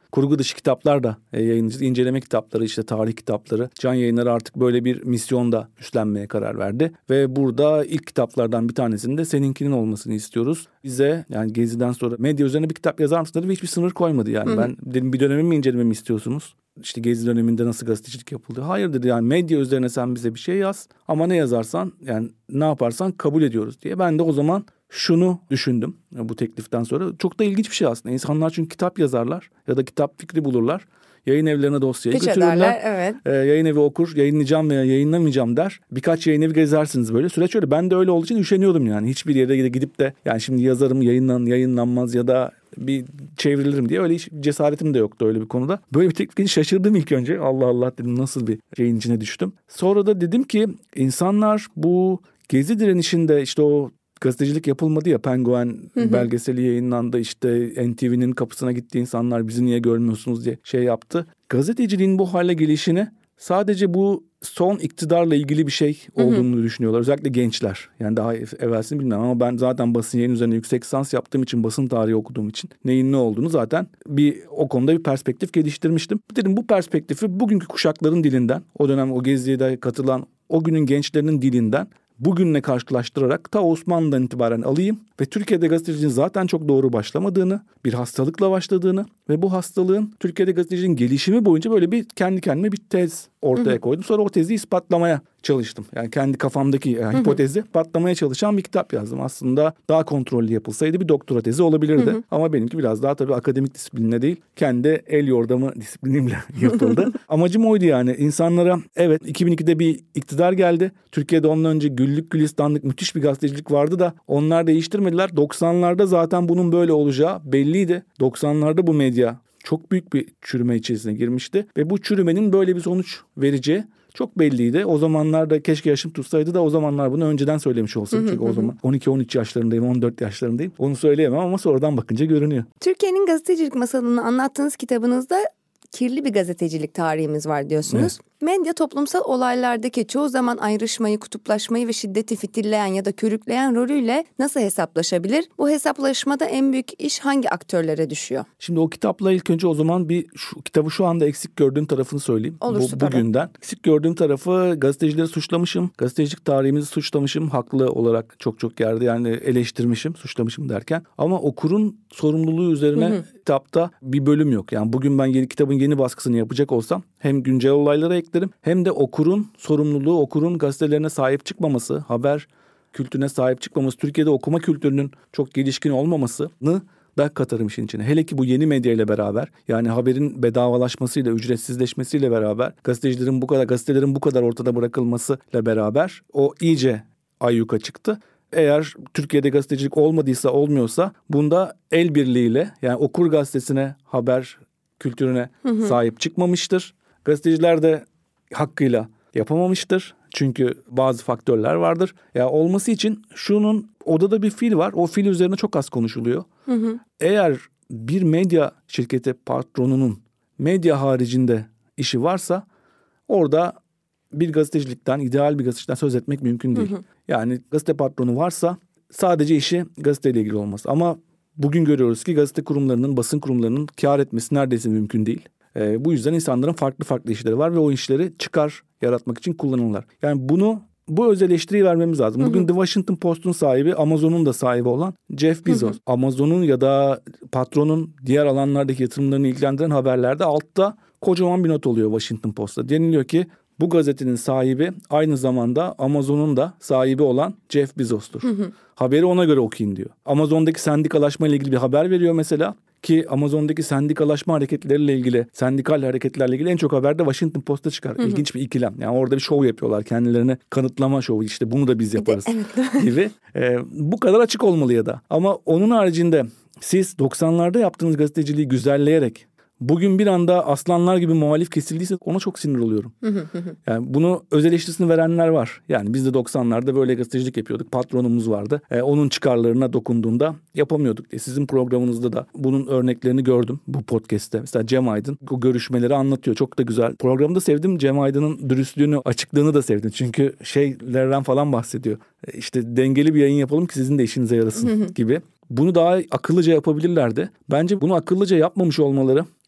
Kurgu dışı kitaplar da e, yayınlayacağız. İnceleme kitapları, işte tarih kitapları. Can Yayınları artık böyle bir misyon da üstlenmeye karar verdi. Ve burada ilk kitaplardan bir tanesinin de seninkinin olmasını istiyoruz. Bize yani Gezi'den sonra medya üzerine bir kitap yazar mısın dedi ve hiçbir sınır koymadı yani. Hı-hı. Ben dedim bir dönemi mi incelememi istiyorsunuz? İşte Gezi döneminde nasıl gazetecilik yapıldı? Hayır dedi, yani medya üzerine sen bize bir şey yaz ama ne yazarsan yani ne yaparsan kabul ediyoruz diye. Ben de o zaman şunu düşündüm bu tekliften sonra. Çok da ilginç bir şey aslında. İnsanlar çünkü kitap yazarlar ya da kitap fikri bulurlar. Yayın evlerine dosyayı Hiç götürürler. Ederler, evet. E, yayın evi okur, yayınlayacağım veya yayınlamayacağım der. Birkaç yayın evi gezersiniz böyle. Süreç öyle. Ben de öyle olduğu için üşeniyordum yani. Hiçbir yere gidip de yani şimdi yazarım yayınlan, yayınlanmaz ya da bir çevrilirim diye öyle hiç cesaretim de yoktu öyle bir konuda. Böyle bir teklifini şaşırdım ilk önce. Allah Allah dedim, nasıl bir şeyin içine düştüm. Sonra da dedim ki insanlar bu Gezi direnişinde işte o gazetecilik yapılmadı ya, Penguen hı hı. belgeseli yayınlandı, işte N T V'nin kapısına gitti insanlar, bizi niye görmüyorsunuz diye şey yaptı. Gazeteciliğin bu hale gelişini sadece bu son iktidarla ilgili bir şey olduğunu hı hı. düşünüyorlar. Özellikle gençler. Yani daha evvelsini bilmem ama ben zaten basın yayın üzerine yüksek lisans yaptığım için, basın tarihi okuduğum için neyin ne olduğunu zaten bir o konuda bir perspektif geliştirmiştim. Dedim bu perspektifi bugünkü kuşakların dilinden, o dönem o Gezi'ye katılan o günün gençlerinin dilinden bugünle karşılaştırarak ta Osmanlı'dan itibaren alayım ve Türkiye'de gazeteciliğin zaten çok doğru başlamadığını, bir hastalıkla başladığını ve bu hastalığın Türkiye'de gazeteciliğin gelişimi boyunca böyle bir kendi kendime bir tez ortaya hı hı. koydum. Sonra o tezi ispatlamaya çalıştım. Yani kendi kafamdaki yani hipotezi patlamaya çalışan bir kitap yazdım. Aslında daha kontrollü yapılsaydı bir doktora tezi olabilirdi. Hı hı. Ama benimki biraz daha tabii akademik disiplinle değil, kendi el yordamı disiplinimle yapıldı. Amacım oydu yani. İnsanlara evet iki bin ikide bir iktidar geldi. Türkiye'de ondan önce güllük gülistanlık müthiş bir gazetecilik vardı da onlar değiştirmediler. doksanlarda zaten bunun böyle olacağı belliydi. doksanlarda bu medya çok büyük bir çürüme içerisine girmişti ve bu çürümenin böyle bir sonuç vereceği çok belliydi. O zamanlarda keşke yaşım tutsaydı da o zamanlar bunu önceden söylemiş olsaydım. Çünkü o zaman on iki on üç yaşlarındayım, on dört yaşlarındayım. Onu söyleyemem ama sonradan bakınca görünüyor. Türkiye'nin gazetecilik masalını anlattığınız kitabınızda kirli bir gazetecilik tarihimiz var diyorsunuz. Evet. Medya toplumsal olaylardaki çoğu zaman ayrışmayı, kutuplaşmayı ve şiddeti fitilleyen ya da körükleyen rolüyle nasıl hesaplaşabilir? Bu hesaplaşmada en büyük iş hangi aktörlere düşüyor? Şimdi o kitapla ilk önce o zaman bir şu, kitabı şu anda eksik gördüğüm tarafını söyleyeyim. Olur, Bu, bugünden. Eksik gördüğüm tarafı gazetecileri suçlamışım. Gazetecilik tarihimizi suçlamışım. Haklı olarak çok çok yerde yani eleştirmişim, suçlamışım derken. Ama okurun sorumluluğu üzerine hı hı. kitapta bir bölüm yok. Yani bugün ben yeni kitabın yeni baskısını yapacak olsam hem güncel olaylara eklerim hem de okurun sorumluluğu, okurun gazetelerine sahip çıkmaması, haber kültürüne sahip çıkmaması, Türkiye'de okuma kültürünün çok gelişkin olmamasını da katarım işin içine. Hele ki bu yeni medya ile beraber, yani haberin bedavalaşmasıyla, ücretsizleşmesiyle beraber, gazetecilerin bu kadar, gazetelerin bu kadar ortada bırakılmasıyla beraber o iyice ayyuka çıktı. Eğer Türkiye'de gazetecilik olmadıysa, olmuyorsa bunda el birliğiyle, yani okur gazetesine, haber kültürüne hı hı. sahip çıkmamıştır. Gazeteciler de hakkıyla yapamamıştır. Çünkü bazı faktörler vardır. Ya olması için şunun, odada bir fil var. O fil üzerine çok az konuşuluyor. Hı hı. Eğer bir medya şirketi patronunun medya haricinde işi varsa orada bir gazetecilikten, ideal bir gazetecilikten söz etmek mümkün değil. Hı hı. Yani gazete patronu varsa sadece işi gazeteyle ilgili olmaz. Ama bugün görüyoruz ki gazete kurumlarının, basın kurumlarının kâr etmesi neredeyse mümkün değil. Ee, bu yüzden insanların farklı farklı işleri var ve o işleri çıkar yaratmak için kullanırlar. Yani bunu, bu öz eleştiriyi vermemiz lazım. Bugün hı hı. The Washington Post'un sahibi, Amazon'un da sahibi olan Jeff Bezos. Hı hı. Amazon'un ya da patronun diğer alanlardaki yatırımlarını ilgilendiren haberlerde altta kocaman bir not oluyor Washington Post'ta. Deniliyor ki bu gazetenin sahibi aynı zamanda Amazon'un da sahibi olan Jeff Bezos'tur. Hı hı. Haberi ona göre okuyun diyor. Amazon'daki sendikalaşma ile ilgili bir haber veriyor mesela. Ki Amazon'daki sendikalaşma hareketleriyle ilgili, sendikal hareketlerle ilgili en çok haber de Washington Post'ta çıkar. Hı hı. İlginç bir ikilem. Yani orada bir şov yapıyorlar. Kendilerine kanıtlama şovu, işte bunu da biz yaparız evet. gibi. Ee, bu kadar açık olmalı ya da. Ama onun haricinde siz doksanlarda yaptığınız gazeteciliği güzelleyerek bugün bir anda aslanlar gibi muhalif kesildiyse ona çok sinir oluyorum. Yani bunu öz eleştirisini verenler var. Yani biz de doksanlarda böyle gazetecilik yapıyorduk. Patronumuz vardı. Ee, onun çıkarlarına dokunduğunda yapamıyorduk diye. Sizin programınızda da bunun örneklerini gördüm bu podcast'te. Mesela Cem Aydın o görüşmeleri anlatıyor. Çok da güzel. Programı da sevdim. Cem Aydın'ın dürüstlüğünü, açıklığını da sevdim. Çünkü şeylerden falan bahsediyor. İşte dengeli bir yayın yapalım ki sizin de işinize yarasın gibi. Bunu daha akıllıca yapabilirlerdi. Bence bunu akıllıca yapmamış olmaları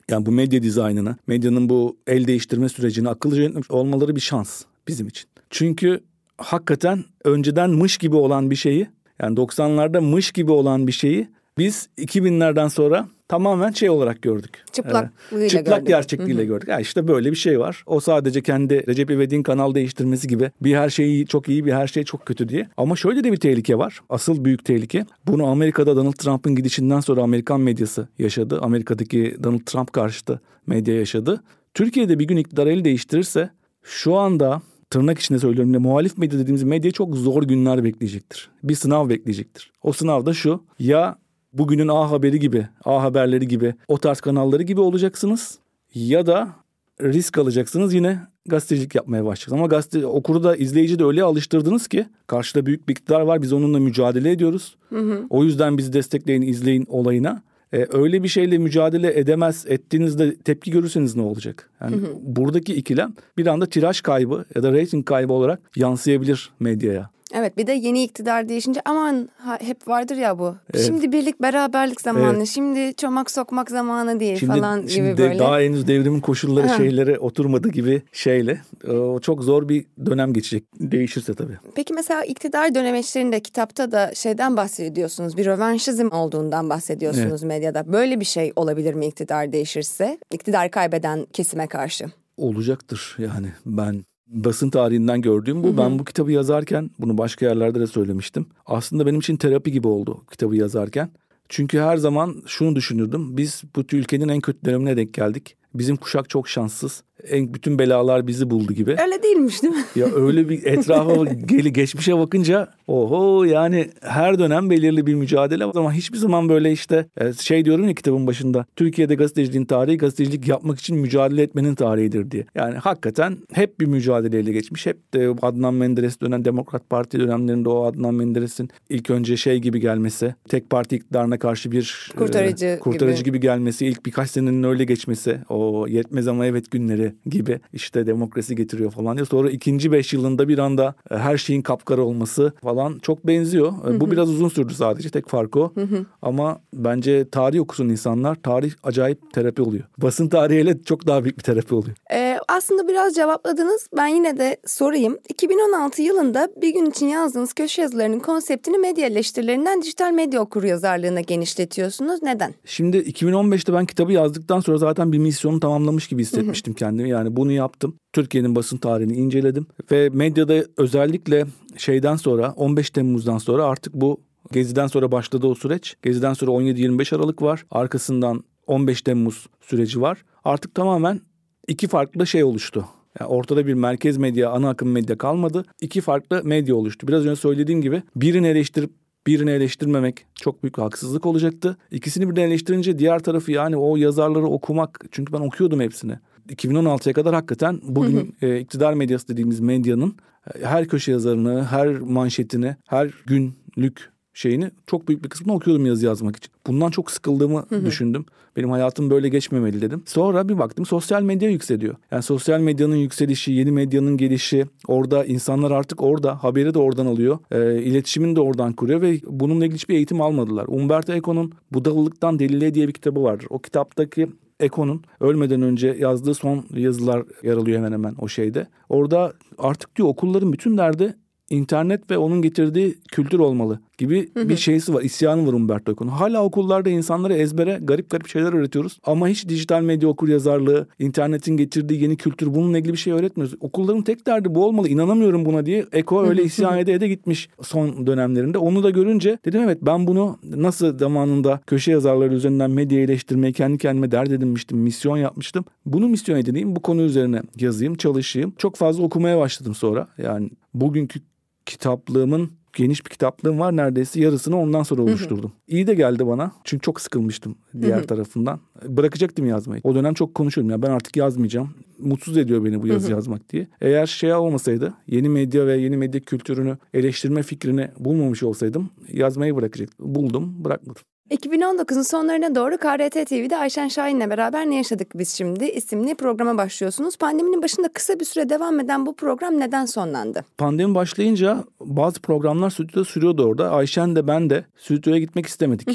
Yani bu medya dizaynını, medyanın bu el değiştirme sürecini akıllıca yönetmiş olmaları bir şans bizim için. Çünkü hakikaten önceden mış gibi olan bir şeyi, yani doksanlarda mış gibi olan bir şeyi biz iki binlerden sonra tamamen şey olarak gördük. Çıplaklığıyla ee, Çıplak gördük. gerçekliğiyle Hı-hı. gördük. Yani işte böyle bir şey var. O sadece kendi Recep İvedik'in kanal değiştirmesi gibi bir her şey çok iyi, bir her şey çok kötü diye. Ama şöyle de bir tehlike var. Asıl büyük tehlike. Bunu Amerika'da Donald Trump'ın gidişinden sonra Amerikan medyası yaşadı. Amerika'daki Donald Trump karşıtı medya yaşadı. Türkiye'de bir gün iktidar el değiştirirse şu anda tırnak içinde söylüyorum ya, muhalif medya dediğimiz medya çok zor günler bekleyecektir. Bir sınav bekleyecektir. O sınav da şu: ya bugünün A Haberi gibi, A Haberleri gibi, o tarz kanalları gibi olacaksınız ya da risk alacaksınız, yine gazetecilik yapmaya başlayacaksınız. Ama gazete, okuru da izleyici de öyle alıştırdınız ki karşıda büyük bir iktidar var, biz onunla mücadele ediyoruz. Hı hı. O yüzden bizi destekleyin, izleyin olayına. Ee, öyle bir şeyle mücadele edemez, ettiğinizde tepki görürseniz ne olacak? Yani hı hı. buradaki ikilem bir anda tiraj kaybı ya da reyting kaybı olarak yansıyabilir medyaya. Evet, bir de yeni iktidar değişince aman ha, hep vardır ya bu. Evet. Şimdi birlik beraberlik zamanı, evet. şimdi çomak sokmak zamanı değil şimdi, falan gibi şimdi böyle. Daha henüz devrimin koşulları şeylere oturmadı gibi şeyle. O çok zor bir dönem geçecek, değişirse tabii. Peki mesela iktidar dönemeçlerinde kitapta da şeyden bahsediyorsunuz. Bir rövanşizm olduğundan bahsediyorsunuz, evet. medyada. Böyle bir şey olabilir mi iktidar değişirse? İktidar kaybeden kesime karşı. Olacaktır yani, ben basın tarihinden gördüğüm bu. Hı hı. Ben bu kitabı yazarken, bunu başka yerlerde de söylemiştim. Aslında benim için terapi gibi oldu kitabı yazarken. Çünkü her zaman şunu düşünürdüm: biz bu ülkenin en kötü dönemine denk geldik. Bizim kuşak çok şanssız. En bütün belalar bizi buldu gibi. Öyle değilmiş değil mi? Ya öyle bir etrafa geli geçmişe bakınca oho, yani her dönem belirli bir mücadele var ama hiçbir zaman böyle işte şey diyorum ya kitabın başında, Türkiye'de gazeteciliğin tarihi gazetecilik yapmak için mücadele etmenin tarihidir diye. Yani hakikaten hep bir mücadeleyle geçmiş. Hep de Adnan Menderes dönen Demokrat Parti dönemlerinde o Adnan Menderes'in ilk önce şey gibi gelmesi, tek parti iktidarına karşı bir kurtarıcı, e, kurtarıcı gibi. gibi gelmesi, ilk birkaç senenin öyle geçmesi, o yetmez ama evet günleri gibi, işte demokrasi getiriyor falan diye. Sonra ikinci beş yılında bir anda her şeyin kapkara olması falan çok benziyor. Hı hı. Bu biraz uzun sürdü sadece, tek farkı o. Hı hı. Ama bence tarih okusun insanlar. Tarih acayip terapi oluyor. Basın tarihiyle çok daha büyük bir terapi oluyor. Ee, aslında biraz cevapladınız. Ben yine de sorayım. iki bin on altı yılında Bir Gün için yazdığınız köşe yazılarının konseptini medya eleştirilerinden dijital medya okuryazarlığına genişletiyorsunuz. Neden? Şimdi iki bin on beşte ben kitabı yazdıktan sonra zaten bir misyonu tamamlamış gibi hissetmiştim hı hı. kendimi. Yani bunu yaptım. Türkiye'nin basın tarihini inceledim ve medyada özellikle şeyden sonra, on beş Temmuz'dan sonra, artık bu Gezi'den sonra başladı o süreç. Gezi'den sonra on yedi yirmi beş Aralık var. Arkasından on beş Temmuz süreci var. Artık tamamen iki farklı şey oluştu. Yani ortada bir merkez medya, ana akım medya kalmadı. İki farklı medya oluştu. Biraz önce söylediğim gibi birini eleştirip birini eleştirmemek çok büyük bir haksızlık olacaktı. İkisini birden eleştirince diğer tarafı, yani o yazarları okumak, çünkü ben okuyordum hepsini. iki bin on altıya kadar hakikaten bugün hı hı. E, iktidar medyası dediğimiz medyanın e, her köşe yazarını, her manşetini, her günlük şeyini, çok büyük bir kısmını okuyordum yazı yazmak için. Bundan çok sıkıldığımı hı hı. düşündüm. Benim hayatım böyle geçmemeli dedim. Sonra bir baktım sosyal medya yükseliyor. Yani sosyal medyanın yükselişi, yeni medyanın gelişi, orada insanlar artık orada, haberi de oradan alıyor. E, iletişimini de oradan kuruyor ve bununla ilgili hiçbir eğitim almadılar. Umberto Eco'nun Budalılıktan Deliliğe diye bir kitabı vardır. O kitaptaki Eco'nun ölmeden önce yazdığı son yazılar yer alıyor hemen hemen o şeyde. Orada artık diyor okulların bütün derdi internet ve onun getirdiği kültür olmalı gibi hı hı. bir şeysi var. İsyanı var Umberto Eco'nun. Hala okullarda insanlara ezbere garip garip şeyler öğretiyoruz. Ama hiç dijital medya okuryazarlığı, internetin getirdiği yeni kültür, bununla ilgili bir şey öğretmiyoruz. Okulların tek derdi bu olmalı. İnanamıyorum buna diye Eco öyle isyan ede ede gitmiş son dönemlerinde. Onu da görünce dedim evet, ben bunu nasıl zamanında köşe yazarları üzerinden medya eleştirmeyi kendi kendime dert edinmiştim. Misyon yapmıştım. Bunu misyon edineyim. Bu konu üzerine yazayım, çalışayım. Çok fazla okumaya başladım sonra. Yani bugünkü kitaplığımın, geniş bir kitaplığım var, neredeyse yarısını ondan sonra oluşturdum. Hı hı. İyi de geldi bana. Çünkü çok sıkılmıştım diğer hı hı. tarafından. Bırakacaktım yazmayı. O dönem çok konuşuyordum. Ya ben artık yazmayacağım. Mutsuz ediyor beni bu yazı hı hı. yazmak diye. Eğer şey olmasaydı, yeni medya ve yeni medya kültürünü eleştirme fikrini bulmamış olsaydım yazmayı bırakacaktım. Buldum, bırakmadım. iki bin on dokuzun sonlarına doğru K R T T V'de Ayşen Şahin'le beraber Ne Yaşadık Biz Şimdi isimli programa başlıyorsunuz. Pandeminin başında kısa bir süre devam eden bu program neden sonlandı? Pandemi başlayınca bazı programlar stüdyoda sürüyordu orada. Ayşen de ben de stüdyoya gitmek istemedik. Hı hı.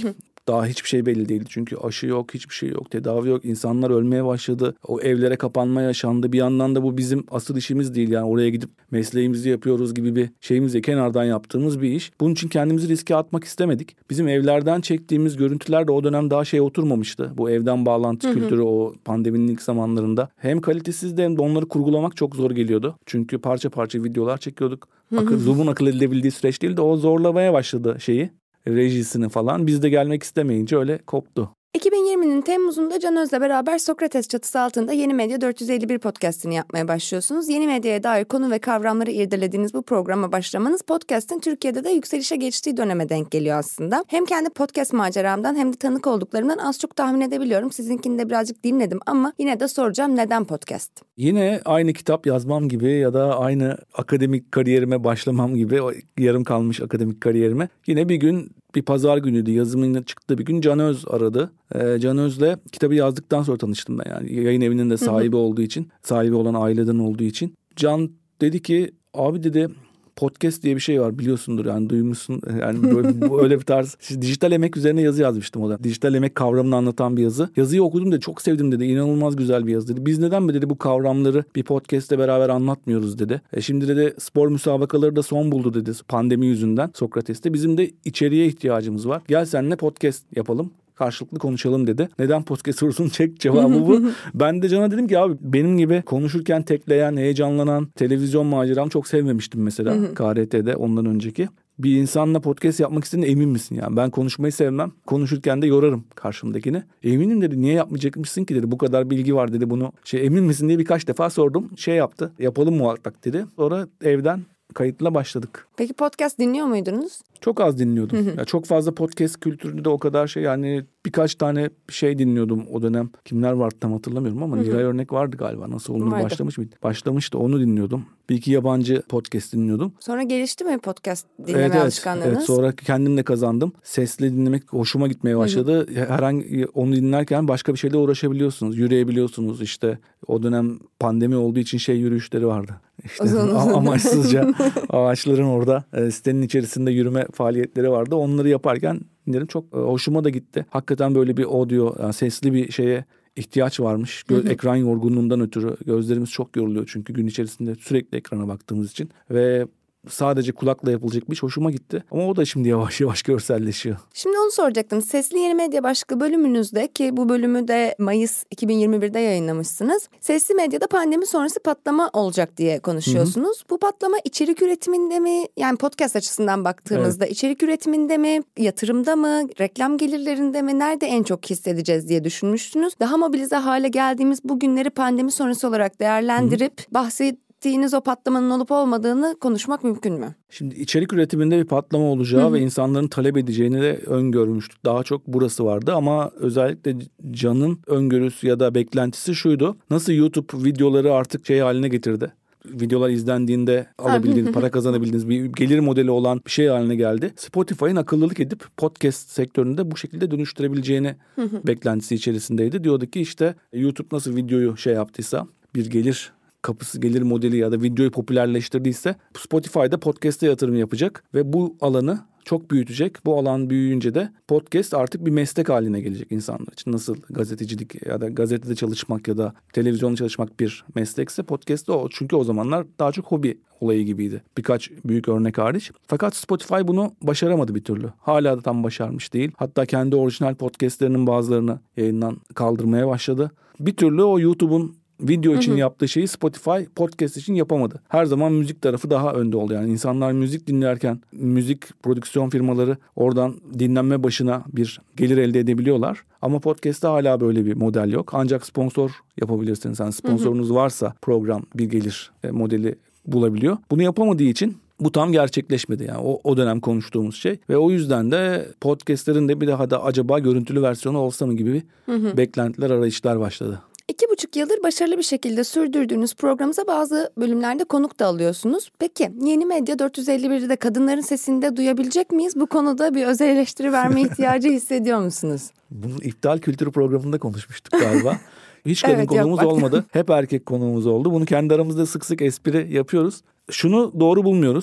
Daha hiçbir şey belli değildi. Çünkü aşı yok, hiçbir şey yok, tedavi yok. İnsanlar ölmeye başladı. O evlere kapanma yaşandı. Bir yandan da bu bizim asıl işimiz değil. Yani oraya gidip mesleğimizi yapıyoruz gibi bir şeyimiz de kenardan yaptığımız bir iş. Bunun için kendimizi riske atmak istemedik. Bizim evlerden çektiğimiz görüntüler de o dönem daha şey oturmamıştı. Bu evden bağlantı hı hı. kültürü o pandeminin ilk zamanlarında. Hem kalitesiz de hem de onları kurgulamak çok zor geliyordu. Çünkü parça parça videolar çekiyorduk. Akıl, Zoom'un akıl edilebildiği süreç değildi. O zorlamaya başladı şeyi. Rejisini falan. Biz de gelmek istemeyince öyle koptu. iki bin yirminin Temmuz'unda Can Öz'le beraber Sokrates çatısı altında Yeni Medya dört yüz elli bir podcast'ini yapmaya başlıyorsunuz. Yeni medyaya dair konu ve kavramları irdelediğiniz bu programa başlamanız podcast'in Türkiye'de de yükselişe geçtiği döneme denk geliyor aslında. Hem kendi podcast maceramdan hem de tanık olduklarımdan az çok tahmin edebiliyorum. Sizinkini de birazcık dinledim ama yine de soracağım, neden podcast? Yine aynı kitap yazmam gibi ya da aynı akademik kariyerime başlamam gibi, o yarım kalmış akademik kariyerime. Yine bir gün, bir pazar günüydü, yazımın çıktığı bir gün Can Öz aradı. Ee, Can Öz'le kitabı yazdıktan sonra tanıştım ben, yani yayın evinin de sahibi olduğu için, sahibi olan aileden olduğu için. Can dedi ki, abi dedi, podcast diye bir şey var, biliyorsundur yani, duymuşsun yani, böyle, öyle bir tarz. İşte dijital emek üzerine yazı yazmıştım o da. Dijital emek kavramını anlatan bir yazı. Yazıyı okudum dedi, çok sevdim dedi, inanılmaz güzel bir yazı dedi. Biz neden mi dedi bu kavramları bir podcast'te beraber anlatmıyoruz dedi. E şimdi dedi spor müsabakaları da son buldu dedi pandemi yüzünden Sokrates'te. Bizim de içeriğe ihtiyacımız var. Gel seninle podcast yapalım, karşılıklı konuşalım dedi. Neden podcast sorusunu çek, cevabı bu. Ben de Can'a dedim ki, abi benim gibi konuşurken tekleyen, heyecanlanan, televizyon maceram çok sevmemiştim mesela K R T'de ondan önceki. Bir insanla podcast yapmak istediğine emin misin yani? Ben konuşmayı sevmem. Konuşurken de yorarım karşımdakini. Eminim dedi. Niye yapmayacakmışsın ki dedi. Bu kadar bilgi var dedi. Bunu şey, emin misin diye birkaç defa sordum. Şey yaptı. Yapalım muhakkak dedi. Sonra evden kayıtla başladık. Peki podcast dinliyor muydunuz? Çok az dinliyordum. Ya çok fazla podcast kültüründe de o kadar şey, yani birkaç tane şey dinliyordum o dönem. Kimler vardı tam hatırlamıyorum ama Niray Örnek vardı galiba. Nasıl olur, başlamış mıydı? Başlamıştı, onu dinliyordum. Bir iki yabancı podcast dinliyordum. Sonra gelişti mi podcast dinleme evet, evet, alışkanlığınız? Evet, sonra kendim de kazandım. Sesli dinlemek hoşuma gitmeye başladı. Herhangi onu dinlerken başka bir şeyle uğraşabiliyorsunuz. Yürüyebiliyorsunuz işte. O dönem pandemi olduğu için şey yürüyüşleri vardı. İşte amaçsızca ağaçların orada sitenin içerisinde yürüme faaliyetleri vardı. Onları yaparken dinledim, çok hoşuma da gitti. Hakikaten böyle bir audio, yani sesli bir şeye ihtiyaç varmış. Gö- ekran yorgunluğundan ötürü gözlerimiz çok yoruluyor çünkü gün içerisinde sürekli ekrana baktığımız için ve sadece kulakla yapılacak bir iş hoşuma gitti. Ama o da şimdi yavaş yavaş görselleşiyor. Şimdi onu soracaktım. Sesli Yeni Medya başlıklı bölümünüzde, ki bu bölümü de Mayıs iki bin yirmi birde yayınlamışsınız. Sesli medyada pandemi sonrası patlama olacak diye konuşuyorsunuz. Hı hı. Bu patlama içerik üretiminde mi? Yani podcast açısından baktığımızda evet. içerik üretiminde mi? Yatırımda mı? Reklam gelirlerinde mi? Nerede en çok hissedeceğiz diye düşünmüşsünüz. Daha mobilize hale geldiğimiz bu günleri pandemi sonrası olarak değerlendirip hı hı. bahsettiğiniz o patlamanın olup olmadığını konuşmak mümkün mü? Şimdi içerik üretiminde bir patlama olacağı Hı-hı. ve insanların talep edeceğini de öngörmüştük. Daha çok burası vardı ama özellikle Can'ın öngörüsü ya da beklentisi şuydu. Nasıl YouTube videoları artık şey haline getirdi. Videolar izlendiğinde alabildiğiniz, para kazanabildiğiniz bir gelir modeli olan bir şey haline geldi. Spotify'ın akıllılık edip podcast sektöründe bu şekilde dönüştürebileceğini beklentisi içerisindeydi. Diyordu ki işte YouTube nasıl videoyu şey yaptıysa, bir gelir kapısı, gelir modeli ya da videoyu popülerleştirdiyse Spotify'da podcast'e yatırım yapacak ve bu alanı çok büyütecek. Bu alan büyüyünce de podcast artık bir meslek haline gelecek insanlar için. Nasıl gazetecilik ya da gazetede çalışmak ya da televizyonda çalışmak bir meslekse podcast de o. Çünkü o zamanlar daha çok hobi olayı gibiydi. Birkaç büyük örnek hariç. Fakat Spotify bunu başaramadı bir türlü. Hala da tam başarmış değil. Hatta kendi orijinal podcastlerinin bazılarını yayından kaldırmaya başladı. Bir türlü o YouTube'un video için hı hı. yaptığı şeyi Spotify podcast için yapamadı. Her zaman müzik tarafı daha önde oldu. Yani insanlar müzik dinlerken müzik prodüksiyon firmaları oradan dinlenme başına bir gelir elde edebiliyorlar. Ama podcast'ta hala böyle bir model yok. Ancak sponsor yapabilirsiniz. Yani sponsorunuz hı hı. varsa program bir gelir modeli bulabiliyor. Bunu yapamadığı için bu tam gerçekleşmedi yani o, o dönem konuştuğumuz şey. Ve o yüzden de podcastlerin de bir daha da acaba görüntülü versiyonu olsa mı gibi hı hı. beklentiler, arayışlar başladı. İki buçuk yıldır başarılı bir şekilde sürdürdüğünüz programımıza bazı bölümlerde konuk da alıyorsunuz. Peki Yeni Medya dört yüz elli birde kadınların sesini de duyabilecek miyiz? Bu konuda bir özel eleştiri verme ihtiyacı hissediyor musunuz? Bunu iptal kültürü programında konuşmuştuk galiba. Hiç kadın evet, konuğumuz yok, olmadı. Hep erkek konuğumuz oldu. Bunu kendi aramızda sık sık espri yapıyoruz. Şunu doğru bulmuyoruz.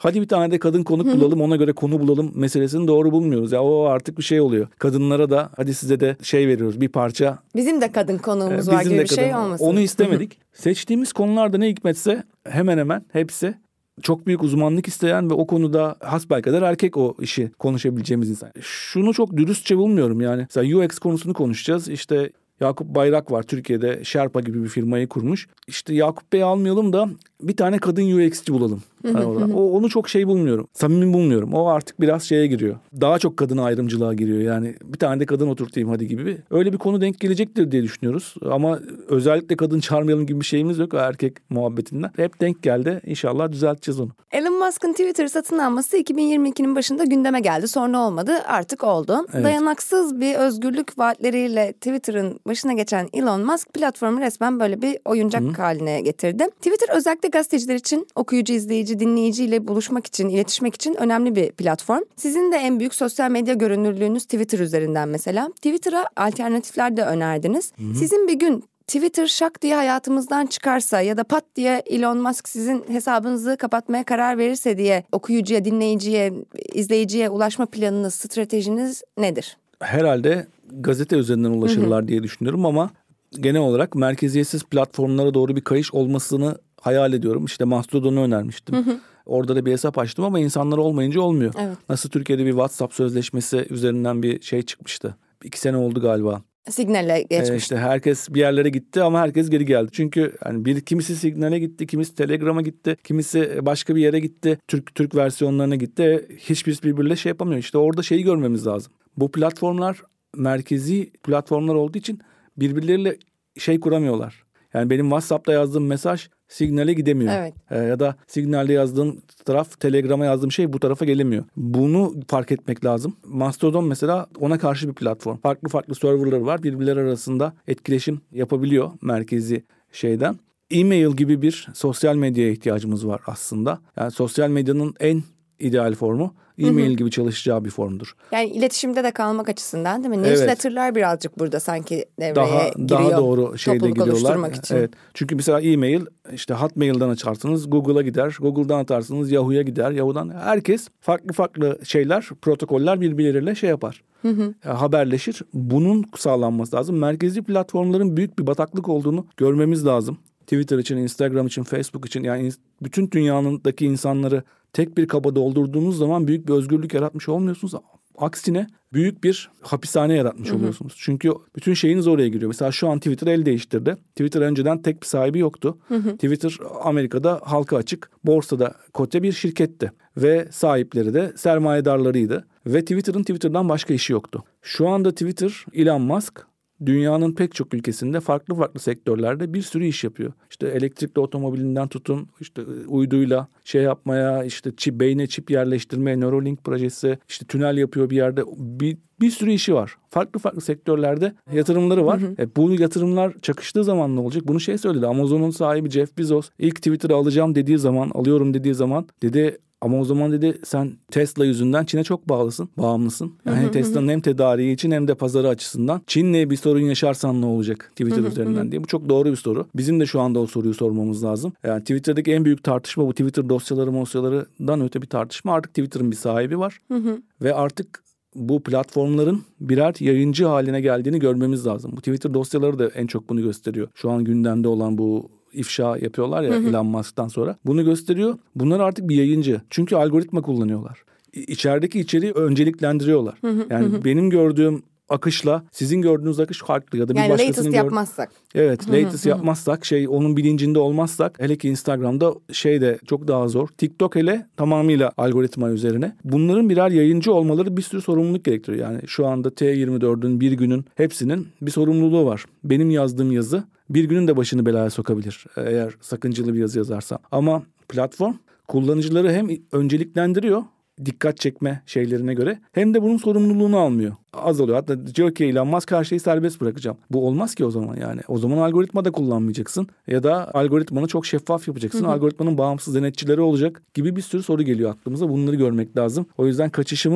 hadi bir tane de kadın konuk bulalım, ona göre konu bulalım meselesini doğru bulmuyoruz. Ya o artık bir şey oluyor. Kadınlara da hadi size de şey veriyoruz, bir parça. Bizim de kadın konuğumuz var gibi bir kadın, şey olmasın. Onu istemedik. Seçtiğimiz konularda ne hikmetse hemen hemen hepsi çok büyük uzmanlık isteyen ve o konuda hasbelkader erkek o işi konuşabileceğimiz insan. Şunu çok dürüstçe bulmuyorum yani. Mesela U X konusunu konuşacağız. İşte Yakup Bayrak var, Türkiye'de Sherpa gibi bir firmayı kurmuş. İşte Yakup Bey'i almayalım da bir tane kadın U X'ci bulalım. Yani o, onu çok şey bulmuyorum. Samimi bulmuyorum. O artık biraz şeye giriyor. Daha çok kadın ayrımcılığa giriyor. Yani bir tane de kadın oturtayım hadi gibi. Öyle bir konu denk gelecektir diye düşünüyoruz. Ama özellikle kadın çağırmayalım gibi bir şeyimiz yok erkek muhabbetinden. Hep denk geldi. İnşallah düzelteceğiz onu. Elon Musk'ın Twitter satın alması iki bin yirmi ikinin başında gündeme geldi. Sonra olmadı. Artık oldu. Evet. Dayanaksız bir özgürlük vaatleriyle Twitter'ın başına geçen Elon Musk platformu resmen böyle bir oyuncak Hı. haline getirdi. Twitter özellikle gazeteciler için, okuyucu, izleyici, dinleyiciyle buluşmak için, iletişmek için önemli bir platform. Sizin de en büyük sosyal medya görünürlüğünüz Twitter üzerinden mesela. Twitter'a alternatifler de önerdiniz. Hı-hı. Sizin bir gün Twitter şak diye hayatımızdan çıkarsa ya da pat diye Elon Musk sizin hesabınızı kapatmaya karar verirse diye okuyucuya, dinleyiciye, izleyiciye ulaşma planınız, stratejiniz nedir? Herhalde gazete üzerinden ulaşırlar Hı-hı. diye düşünüyorum ama genel olarak merkeziyetsiz platformlara doğru bir kayış olmasını hayal ediyorum. İşte Mastodon'u önermiştim. Hı hı. Orada da bir hesap açtım ama insanlar olmayınca olmuyor. Evet. Nasıl Türkiye'de bir WhatsApp sözleşmesi üzerinden bir şey çıkmıştı. İki sene oldu galiba. Signal'e geçmiş. Ee, işte herkes bir yerlere gitti ama herkes geri geldi. Çünkü hani bir kimisi Signal'e gitti, kimisi Telegram'a gitti, kimisi başka bir yere gitti. Türk Türk versiyonlarına gitti. Hiçbirisi birbiriyle şey yapamıyor. İşte orada şeyi görmemiz lazım. Bu platformlar merkezi platformlar olduğu için birbirleriyle şey kuramıyorlar. Yani benim WhatsApp'ta yazdığım mesaj Signal'e gidemiyor. Evet. Ee, ya da Signal'de yazdığım taraf Telegram'a yazdığım şey bu tarafa gelemiyor. Bunu fark etmek lazım. Mastodon mesela ona karşı bir platform. Farklı farklı serverları var. Birbirleri arasında etkileşim yapabiliyor merkezi şeyden. E-mail gibi bir sosyal medyaya ihtiyacımız var aslında. Yani sosyal medyanın en ideal formu e-mail Hı-hı. gibi çalışacağı bir formdur. Yani iletişimde de kalmak açısından değil mi? Newsletter'lar evet. birazcık burada sanki devreye daha, giriyor. Daha doğru şeyde giriyorlar. Için. Evet. Çünkü mesela e-mail işte Hotmail'dan açarsınız Google'a gider. Google'dan atarsınız Yahoo'ya gider. Yahoo'dan herkes farklı farklı şeyler, protokoller birbirleriyle şey yapar. Hı hı. Haberleşir. Bunun sağlanması lazım. Merkezi platformların büyük bir bataklık olduğunu görmemiz lazım. Twitter için, Instagram için, Facebook için yani bütün dünyanındaki insanları tek bir kaba doldurduğunuz zaman büyük bir özgürlük yaratmış olmuyorsunuz. Aksine büyük bir hapishane yaratmış Hı-hı. oluyorsunuz. Çünkü bütün şeyiniz oraya giriyor. Mesela şu an Twitter el değiştirdi. Twitter önceden tek bir sahibi yoktu. Hı-hı. Twitter Amerika'da halka açık, borsada kote bir şirketti. Ve sahipleri de sermayedarlarıydı. Ve Twitter'ın Twitter'dan başka işi yoktu. Şu anda Twitter, Elon Musk dünyanın pek çok ülkesinde farklı farklı sektörlerde bir sürü iş yapıyor. İşte elektrikli otomobilinden tutun, işte uyduyla şey yapmaya, işte çip, beyne çip yerleştirmeye, Neuralink projesi, işte tünel yapıyor bir yerde. Bir, bir sürü işi var. Farklı farklı sektörlerde yatırımları var. Hı hı. E, bu yatırımlar çakıştığı zaman ne olacak? Bunu şey söyledi. Amazon'un sahibi Jeff Bezos ilk Twitter'ı alacağım dediği zaman, alıyorum dediği zaman dedi... Ama o zaman dedi sen Tesla yüzünden Çin'e çok bağlısın, bağımlısın. Yani hı hı, Tesla'nın hem tedariği için hem de pazarı açısından Çin'le bir sorun yaşarsan ne olacak Twitter hı hı, üzerinden hı. diye. Bu çok doğru bir soru. Bizim de şu anda o soruyu sormamız lazım. Yani Twitter'daki en büyük tartışma bu Twitter dosyaları dosyalarından öte bir tartışma. Artık Twitter'ın bir sahibi var. Hı hı. Ve artık bu platformların birer yayıncı haline geldiğini görmemiz lazım. Bu Twitter dosyaları da en çok bunu gösteriyor. Şu an gündemde olan bu ifşa yapıyorlar ya hı hı. Elon Musk'tan sonra. Bunu gösteriyor. Bunlar artık bir yayıncı. Çünkü algoritma kullanıyorlar. İçerideki içeriği önceliklendiriyorlar. Hı hı. Yani hı hı. benim gördüğüm akışla sizin gördüğünüz akış farklı ya da bir yani başkasının latest gör... yapmazsak. Evet, latest yapmazsak şey onun bilincinde olmazsak hele ki Instagram'da şey de çok daha zor. TikTok hele tamamıyla algoritma üzerine. Bunların birer yayıncı olmaları bir sürü sorumluluk gerektiriyor. Yani şu anda T yirmi dördün bir günün hepsinin bir sorumluluğu var. Benim yazdığım yazı bir günün de başını belaya sokabilir eğer sakıncalı bir yazı yazarsam. Ama platform kullanıcıları hem önceliklendiriyor dikkat çekme şeylerine göre hem de bunun sorumluluğunu almıyor. Azalıyor. Hatta diyor ki Elon Musk her şeyi serbest bırakacağım. Bu olmaz ki o zaman yani. O zaman algoritma da kullanmayacaksın. Ya da algoritmanı çok şeffaf yapacaksın. Hı hı. Algoritmanın bağımsız denetçileri olacak gibi bir sürü soru geliyor aklımıza. Bunları görmek lazım. O yüzden kaçışımız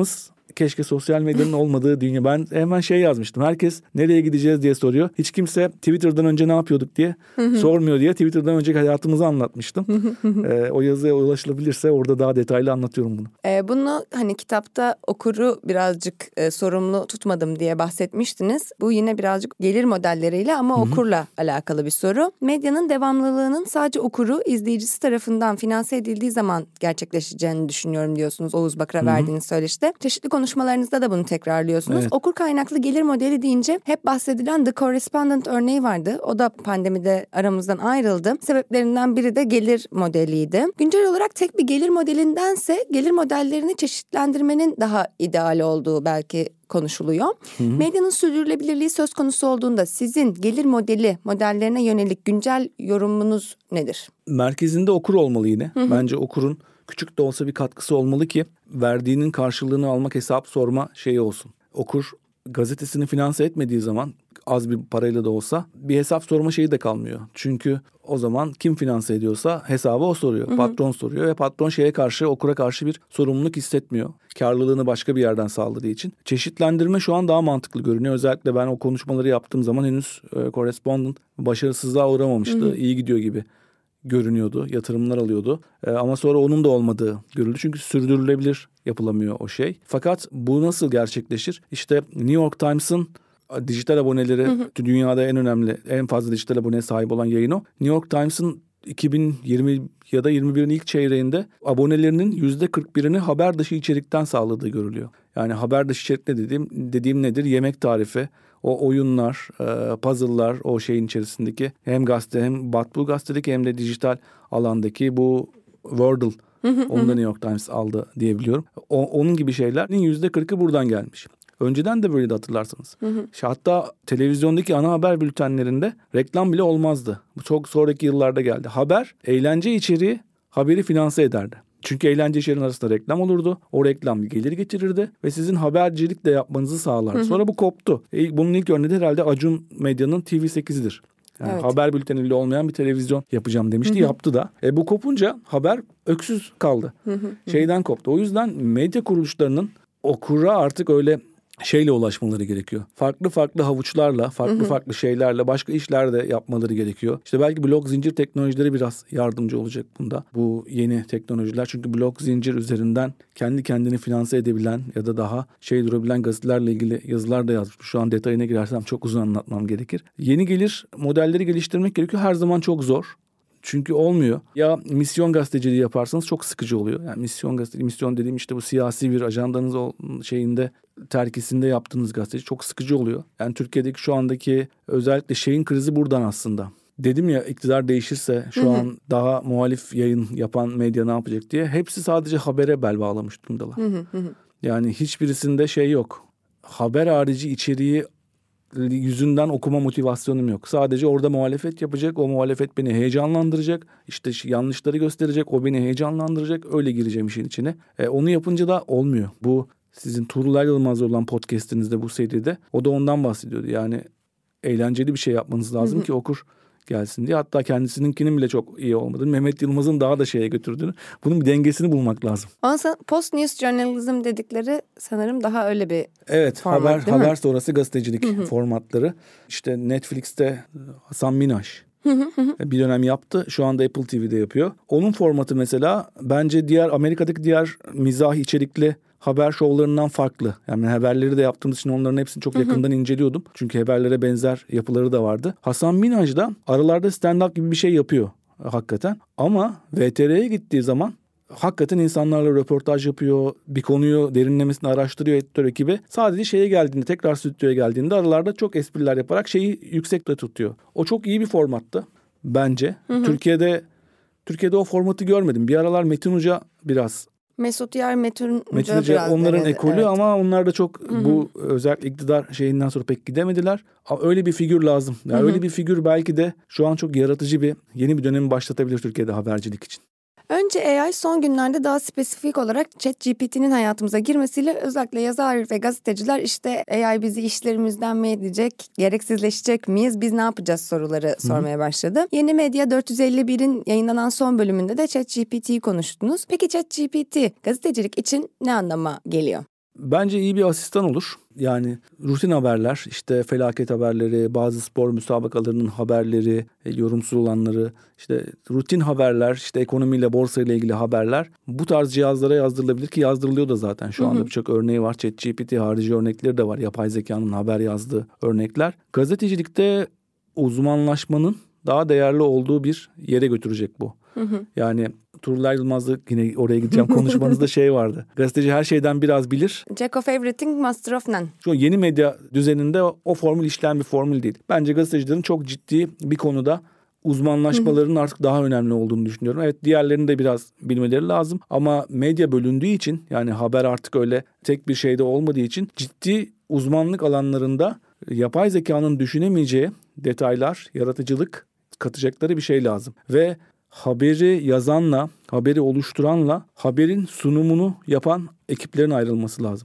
keşke sosyal medyanın olmadığı dünya. Ben hemen şey yazmıştım. Herkes nereye gideceğiz diye soruyor. Hiç kimse Twitter'dan önce ne yapıyorduk diye sormuyor diye Twitter'dan önceki hayatımızı anlatmıştım. ee, o yazıya ulaşılabilirse orada daha detaylı anlatıyorum bunu. Ee, bunu hani kitapta okuru birazcık e, sorumlu tutmadım diye bahsetmiştiniz. Bu yine birazcık gelir modelleriyle ama Hı-hı. okurla alakalı bir soru. Medyanın devamlılığının sadece okuru, izleyicisi tarafından finanse edildiği zaman gerçekleşeceğini düşünüyorum diyorsunuz Oğuz Bakır'a verdiğiniz söyleşte. Çeşitli konuşmalarınızda da bunu tekrarlıyorsunuz. Evet. Okur kaynaklı gelir modeli deyince hep bahsedilen The Correspondent örneği vardı. O da pandemide aramızdan ayrıldı. Sebeplerinden biri de gelir modeliydi. Güncel olarak tek bir gelir modelindense gelir modellerini çeşitlendirmenin daha ideal olduğu belki konuşuluyor. Hı hı. Medyanın sürdürülebilirliği söz konusu olduğunda sizin gelir modeli modellerine yönelik güncel yorumunuz nedir? Merkezinde okur olmalı yine. Hı hı. Bence okurun küçük de olsa bir katkısı olmalı ki verdiğinin karşılığını almak, hesap sorma şeyi olsun. Okur gazetesini finanse etmediği zaman az bir parayla da olsa bir hesap sorma şeyi de kalmıyor. Çünkü o zaman kim finanse ediyorsa hesabı o soruyor. Hı hı. Patron soruyor ve patron şeye karşı, okura karşı bir sorumluluk hissetmiyor. Karlılığını başka bir yerden sağladığı için. Çeşitlendirme şu an daha mantıklı görünüyor. Özellikle ben o konuşmaları yaptığım zaman henüz e, Correspondent başarısızlığa uğramamıştı. Hı hı. İyi gidiyor gibi görünüyordu. Yatırımlar alıyordu. E, ama sonra onun da olmadığı görüldü. Çünkü sürdürülebilir yapılamıyor o şey. Fakat bu nasıl gerçekleşir? İşte New York Times'ın dijital aboneleri, hı hı. dünyada en önemli, en fazla dijital aboneye sahip olan yayın o. New York Times'ın iki bin yirmi ya da yirmi birin ilk çeyreğinde abonelerinin yüzde kırk birini haber dışı içerikten sağladığı görülüyor. Yani haber dışı içerik ne dediğim, dediğim nedir? Yemek tarifi, o oyunlar, puzzle'lar, o şeyin içerisindeki hem gazete hem Batbu gazetedeki hem de dijital alandaki bu Wordle, onu da New York Times aldı diyebiliyorum. O, onun gibi şeylerin yüzde kırkı buradan gelmiş. Önceden de böyle de hatırlarsanız. Hı hı. Hatta televizyondaki ana haber bültenlerinde reklam bile olmazdı. Bu çok sonraki yıllarda geldi. Haber, eğlence içeriği haberi finanse ederdi. Çünkü eğlence içeriğinin arasında reklam olurdu. O reklam gelir getirirdi ve sizin habercilik de yapmanızı sağlardı. Hı hı. Sonra bu koptu. E, bunun ilk örneği de herhalde Acun Medya'nın T V sekizidir. Yani evet. Haber bülteniyle olmayan bir televizyon yapacağım demişti. Hı hı. Yaptı da. E, bu kopunca haber öksüz kaldı. Hı hı. Şeyden koptu. O yüzden medya kuruluşlarının okura artık öyle şeyle ulaşmaları gerekiyor. Farklı farklı havuçlarla, farklı hı hı. farklı şeylerle, başka işler de yapmaları gerekiyor. İşte belki blok zincir teknolojileri biraz yardımcı olacak bunda. Bu yeni teknolojiler. Çünkü blok zincir üzerinden kendi kendini finanse edebilen ya da daha şey durabilen gazetelerle ilgili yazılar da yazmış. Şu an detayına girersem çok uzun anlatmam gerekir. Yeni gelir modelleri geliştirmek gerekiyor. Her zaman çok zor. Çünkü olmuyor. Ya misyon gazeteciliği yaparsanız çok sıkıcı oluyor. Yani misyon gazeteciliği, misyon dediğim işte bu siyasi bir ajandanız şeyinde, terkisinde yaptığınız gazeteci çok sıkıcı oluyor. Yani Türkiye'deki şu andaki özellikle şeyin krizi buradan aslında. Dedim ya, iktidar değişirse şu hı hı. an daha muhalif yayın yapan medya ne yapacak diye. Hepsi sadece habere bel bağlamış durumdalar. Hı hı hı. Yani hiçbirisinde şey yok. Haber harici içeriği yüzünden okuma motivasyonum yok. Sadece orada muhalefet yapacak. O muhalefet beni heyecanlandıracak. İşte yanlışları gösterecek. O beni heyecanlandıracak. Öyle gireceğim işin içine. E, onu yapınca da olmuyor. Bu sizin Tuğrul Yılmaz'la olan podcast'inizde bu seride o da ondan bahsediyordu. Yani eğlenceli bir şey yapmanız lazım hı hı. ki okur gelsin diye. Hatta kendisininkinin bile çok iyi olmadığını, Mehmet Yılmaz'ın daha da şeye götürdüğünü, bunun bir dengesini bulmak lazım. Ondan post news journalism dedikleri sanırım daha öyle bir evet, format, haber değil mi? Haber sonrası gazetecilik hı hı. formatları. İşte Netflix'te Hasan Minhaj bir dönem yaptı. Şu anda Apple T V'de yapıyor. Onun formatı mesela bence diğer Amerika'daki diğer mizah içerikli haber şovlarından farklı. Yani haberleri de yaptığımız için onların hepsini çok yakından hı hı. inceliyordum. Çünkü haberlere benzer yapıları da vardı. Hasan Minhaj da aralarda stand-up gibi bir şey yapıyor hakikaten. Ama V T R'ye gittiği zaman hakikaten insanlarla röportaj yapıyor. Bir konuyu derinlemesine araştırıyor editör ekibi. Sadece şeye geldiğinde, tekrar stüdyoya geldiğinde aralarda çok espriler yaparak şeyi yüksekte tutuyor. O çok iyi bir formattı bence. Hı hı. Türkiye'de Türkiye'de o formatı görmedim. Bir aralar Metin Uca biraz Mesut Yar, Metin Metin Uca biraz onların denedi. ekolü evet. Ama onlar da çok hı hı. bu özellikle iktidar şeyinden sonra pek gidemediler. Ama öyle bir figür lazım. Yani hı hı. öyle bir figür belki de şu an çok yaratıcı bir yeni bir dönemi başlatabilir Türkiye'de habercilik için. Önce A I son günlerde daha spesifik olarak ChatGPT'nin hayatımıza girmesiyle özellikle yazar ve gazeteciler işte A I bizi işlerimizden mi edecek, gereksizleşecek miyiz, biz ne yapacağız soruları Hı-hı. sormaya başladı. Yeni Medya dört yüz elli birin yayınlanan son bölümünde de ChatGPT'yi konuştunuz. Peki ChatGPT gazetecilik için ne anlama geliyor? bence iyi bir asistan olur. Yani rutin haberler, işte felaket haberleri, bazı spor müsabakalarının haberleri, yorumsuz olanları, işte rutin haberler, işte ekonomiyle, borsayla ilgili haberler bu tarz cihazlara yazdırılabilir ki yazdırılıyor da zaten. Şu anda birçok örneği var. ChatGPT harici örnekleri de var. Yapay zekanın haber yazdığı örnekler. Gazetecilikte uzmanlaşmanın daha değerli olduğu bir yere götürecek bu. Hı hı. Yani Turulay Yılmaz'da yine oraya gideceğim konuşmanızda şey vardı. Gazeteci her şeyden biraz bilir. Jack of everything, master of none. Şu yeni medya düzeninde o formül işleyen bir formül değil. Bence gazetecilerin çok ciddi bir konuda uzmanlaşmalarının artık daha önemli olduğunu düşünüyorum. Evet, diğerlerini de biraz bilmeleri lazım ama medya bölündüğü için, yani haber artık öyle tek bir şeyde olmadığı için ciddi uzmanlık alanlarında yapay zekanın düşünemeyeceği detaylar, yaratıcılık katacakları bir şey lazım. Ve haberi yazanla, haberi oluşturanla haberin sunumunu yapan ekiplerin ayrılması lazım.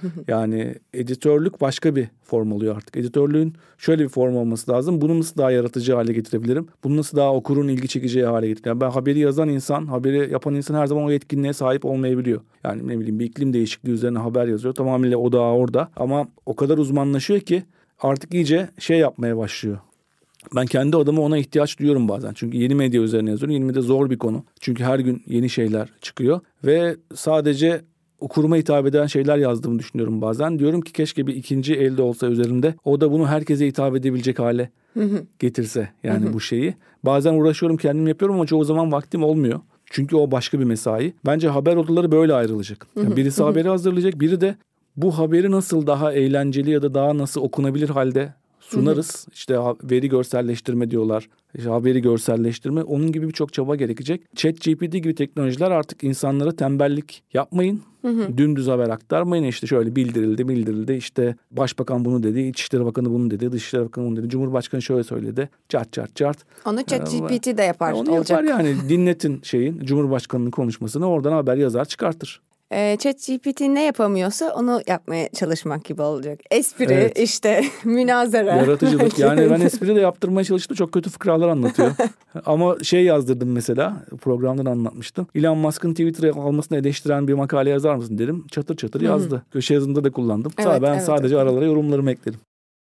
Yani editörlük başka bir form oluyor artık. Editörlüğün şöyle bir form olması lazım. Bunu nasıl daha yaratıcı hale getirebilirim? Bunu nasıl daha okurun ilgi çekeceği hale getirebilirim? Ben haberi yazan insan, haberi yapan insan her zaman o yetkinliğe sahip olmayabiliyor. Yani ne bileyim bir iklim değişikliği üzerine haber yazıyor. Tamamıyla odağı orada. Ama o kadar uzmanlaşıyor ki artık iyice şey yapmaya başlıyor. Ben kendi adıma ona ihtiyaç duyuyorum bazen. Çünkü yeni medya üzerine yazıyorum. Yeni medya zor bir konu. Çünkü her gün yeni şeyler çıkıyor. Ve sadece okuruma hitap eden şeyler yazdığımı düşünüyorum bazen. Diyorum ki keşke bir ikinci elde olsa üzerinde. O da bunu herkese hitap edebilecek hale getirse yani bu şeyi. Bazen uğraşıyorum, kendim yapıyorum ama çoğu zaman vaktim olmuyor. Çünkü o başka bir mesai. Bence haber odaları böyle ayrılacak. Yani birisi haberi hazırlayacak, biri de bu haberi nasıl daha eğlenceli ya da daha nasıl okunabilir halde sunarız. Hı hı. İşte veri görselleştirme diyorlar. İşte haberi görselleştirme. Onun gibi birçok çaba gerekecek. ChatGPT gibi teknolojiler artık insanlara tembellik yapmayın. Hı hı. Dümdüz haber aktarmayın. İşte şöyle bildirildi bildirildi. İşte Başbakan bunu dedi. İçişleri Bakanı bunu dedi. Dışişleri Bakanı bunu dedi. Cumhurbaşkanı şöyle söyledi. Çart çart çart. Onu ChatGPT ee, de yapar. Onu olacak. yapar yani. Dinletin şeyin Cumhurbaşkanı'nın konuşmasını. Oradan haber yazar çıkartır. E, ChatGPT ne yapamıyorsa onu yapmaya çalışmak gibi olacak. Espri, evet. işte münazara. Yaratıcılık. Yani ben espri de yaptırmaya çalıştım. Çok kötü fıkralar anlatıyor. Ama şey yazdırdım mesela. Programdan anlatmıştım. Elon Musk'ın Twitter'ı almasını eleştiren bir makale yazar mısın dedim. Çatır çatır yazdı. Hı-hı. Köşe yazında da kullandım. Evet, Sağ, ben evet, sadece evet. aralara yorumlarımı ekledim.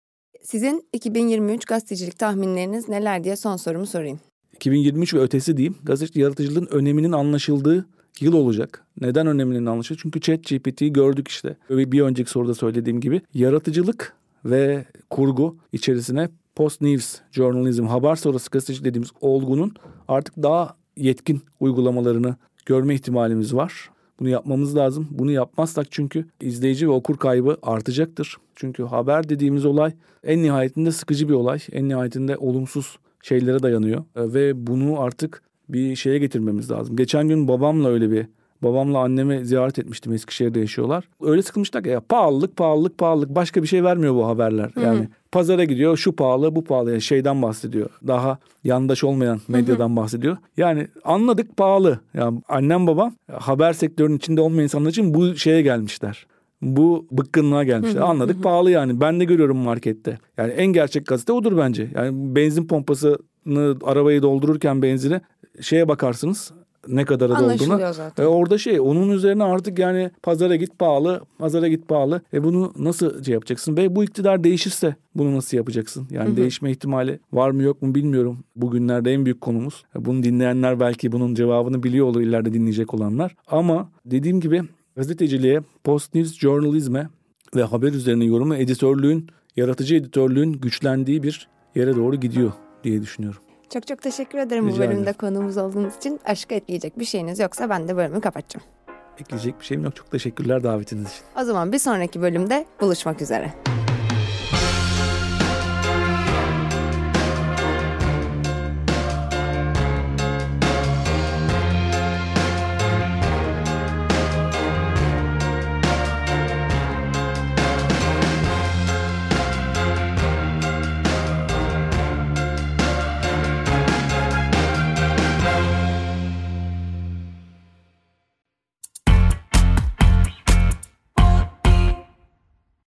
Sizin iki bin yirmi üç gazetecilik tahminleriniz neler diye son sorumu sorayım. iki bin yirmi üç ve ötesi diyeyim. Gazetecilik yaratıcılığın öneminin anlaşıldığı yıl olacak. Neden öneminin anlaşılıyor? Çünkü ChatGPT'yi gördük işte. Bir önceki soruda söylediğim gibi yaratıcılık ve kurgu içerisine post news journalism, haber sonrası gazetecilik dediğimiz olgunun artık daha yetkin uygulamalarını görme ihtimalimiz var. Bunu yapmamız lazım. Bunu yapmazsak çünkü izleyici ve okur kaybı artacaktır. Çünkü haber dediğimiz olay en nihayetinde sıkıcı bir olay. En nihayetinde olumsuz şeylere dayanıyor. Ve bunu artık bir şeye getirmemiz lazım. Geçen gün babamla öyle bir, babamla annemi ziyaret etmiştim. Eskişehir'de yaşıyorlar. Öyle sıkılmışlar ki ya pahalılık, pahalılık, pahalılık. Başka bir şey vermiyor bu haberler. Hı-hı. Yani pazara gidiyor, şu pahalı, bu pahalı. Yani şeyden bahsediyor. Daha yandaş olmayan medyadan Hı-hı. bahsediyor. Yani anladık pahalı. Yani annem babam haber sektörünün içinde olmayan insanlar için bu şeye gelmişler. Bu bıkkınlığa gelmişler. Hı hı, Anladık hı. pahalı yani. Ben de görüyorum markette. Yani en gerçek gazete odur bence. Yani benzin pompasını arabayı doldururken benzine şeye bakarsınız ne kadar olduğuna. E orada şey onun üzerine artık yani pazara git pahalı, pazara git pahalı. E bunu nasıl şey yapacaksın? Ve bu iktidar değişirse bunu nasıl yapacaksın? Yani hı hı. değişme ihtimali var mı yok mu bilmiyorum. Bugünlerde en büyük konumuz. Bunu dinleyenler belki bunun cevabını biliyor olur ileride dinleyecek olanlar. Ama dediğim gibi gazeteciliğe, post news journalizme ve haber üzerine yorumu editörlüğün, yaratıcı editörlüğün güçlendiği bir yere doğru gidiyor diye düşünüyorum. Çok çok teşekkür ederim Rica bu bölümde ederim. Konuğumuz olduğunuz için. Aşka ekleyecek bir şeyiniz yoksa ben de bölümü kapatacağım. Ekleyecek bir şeyim yok. Çok teşekkürler davetiniz için. O zaman bir sonraki bölümde buluşmak üzere.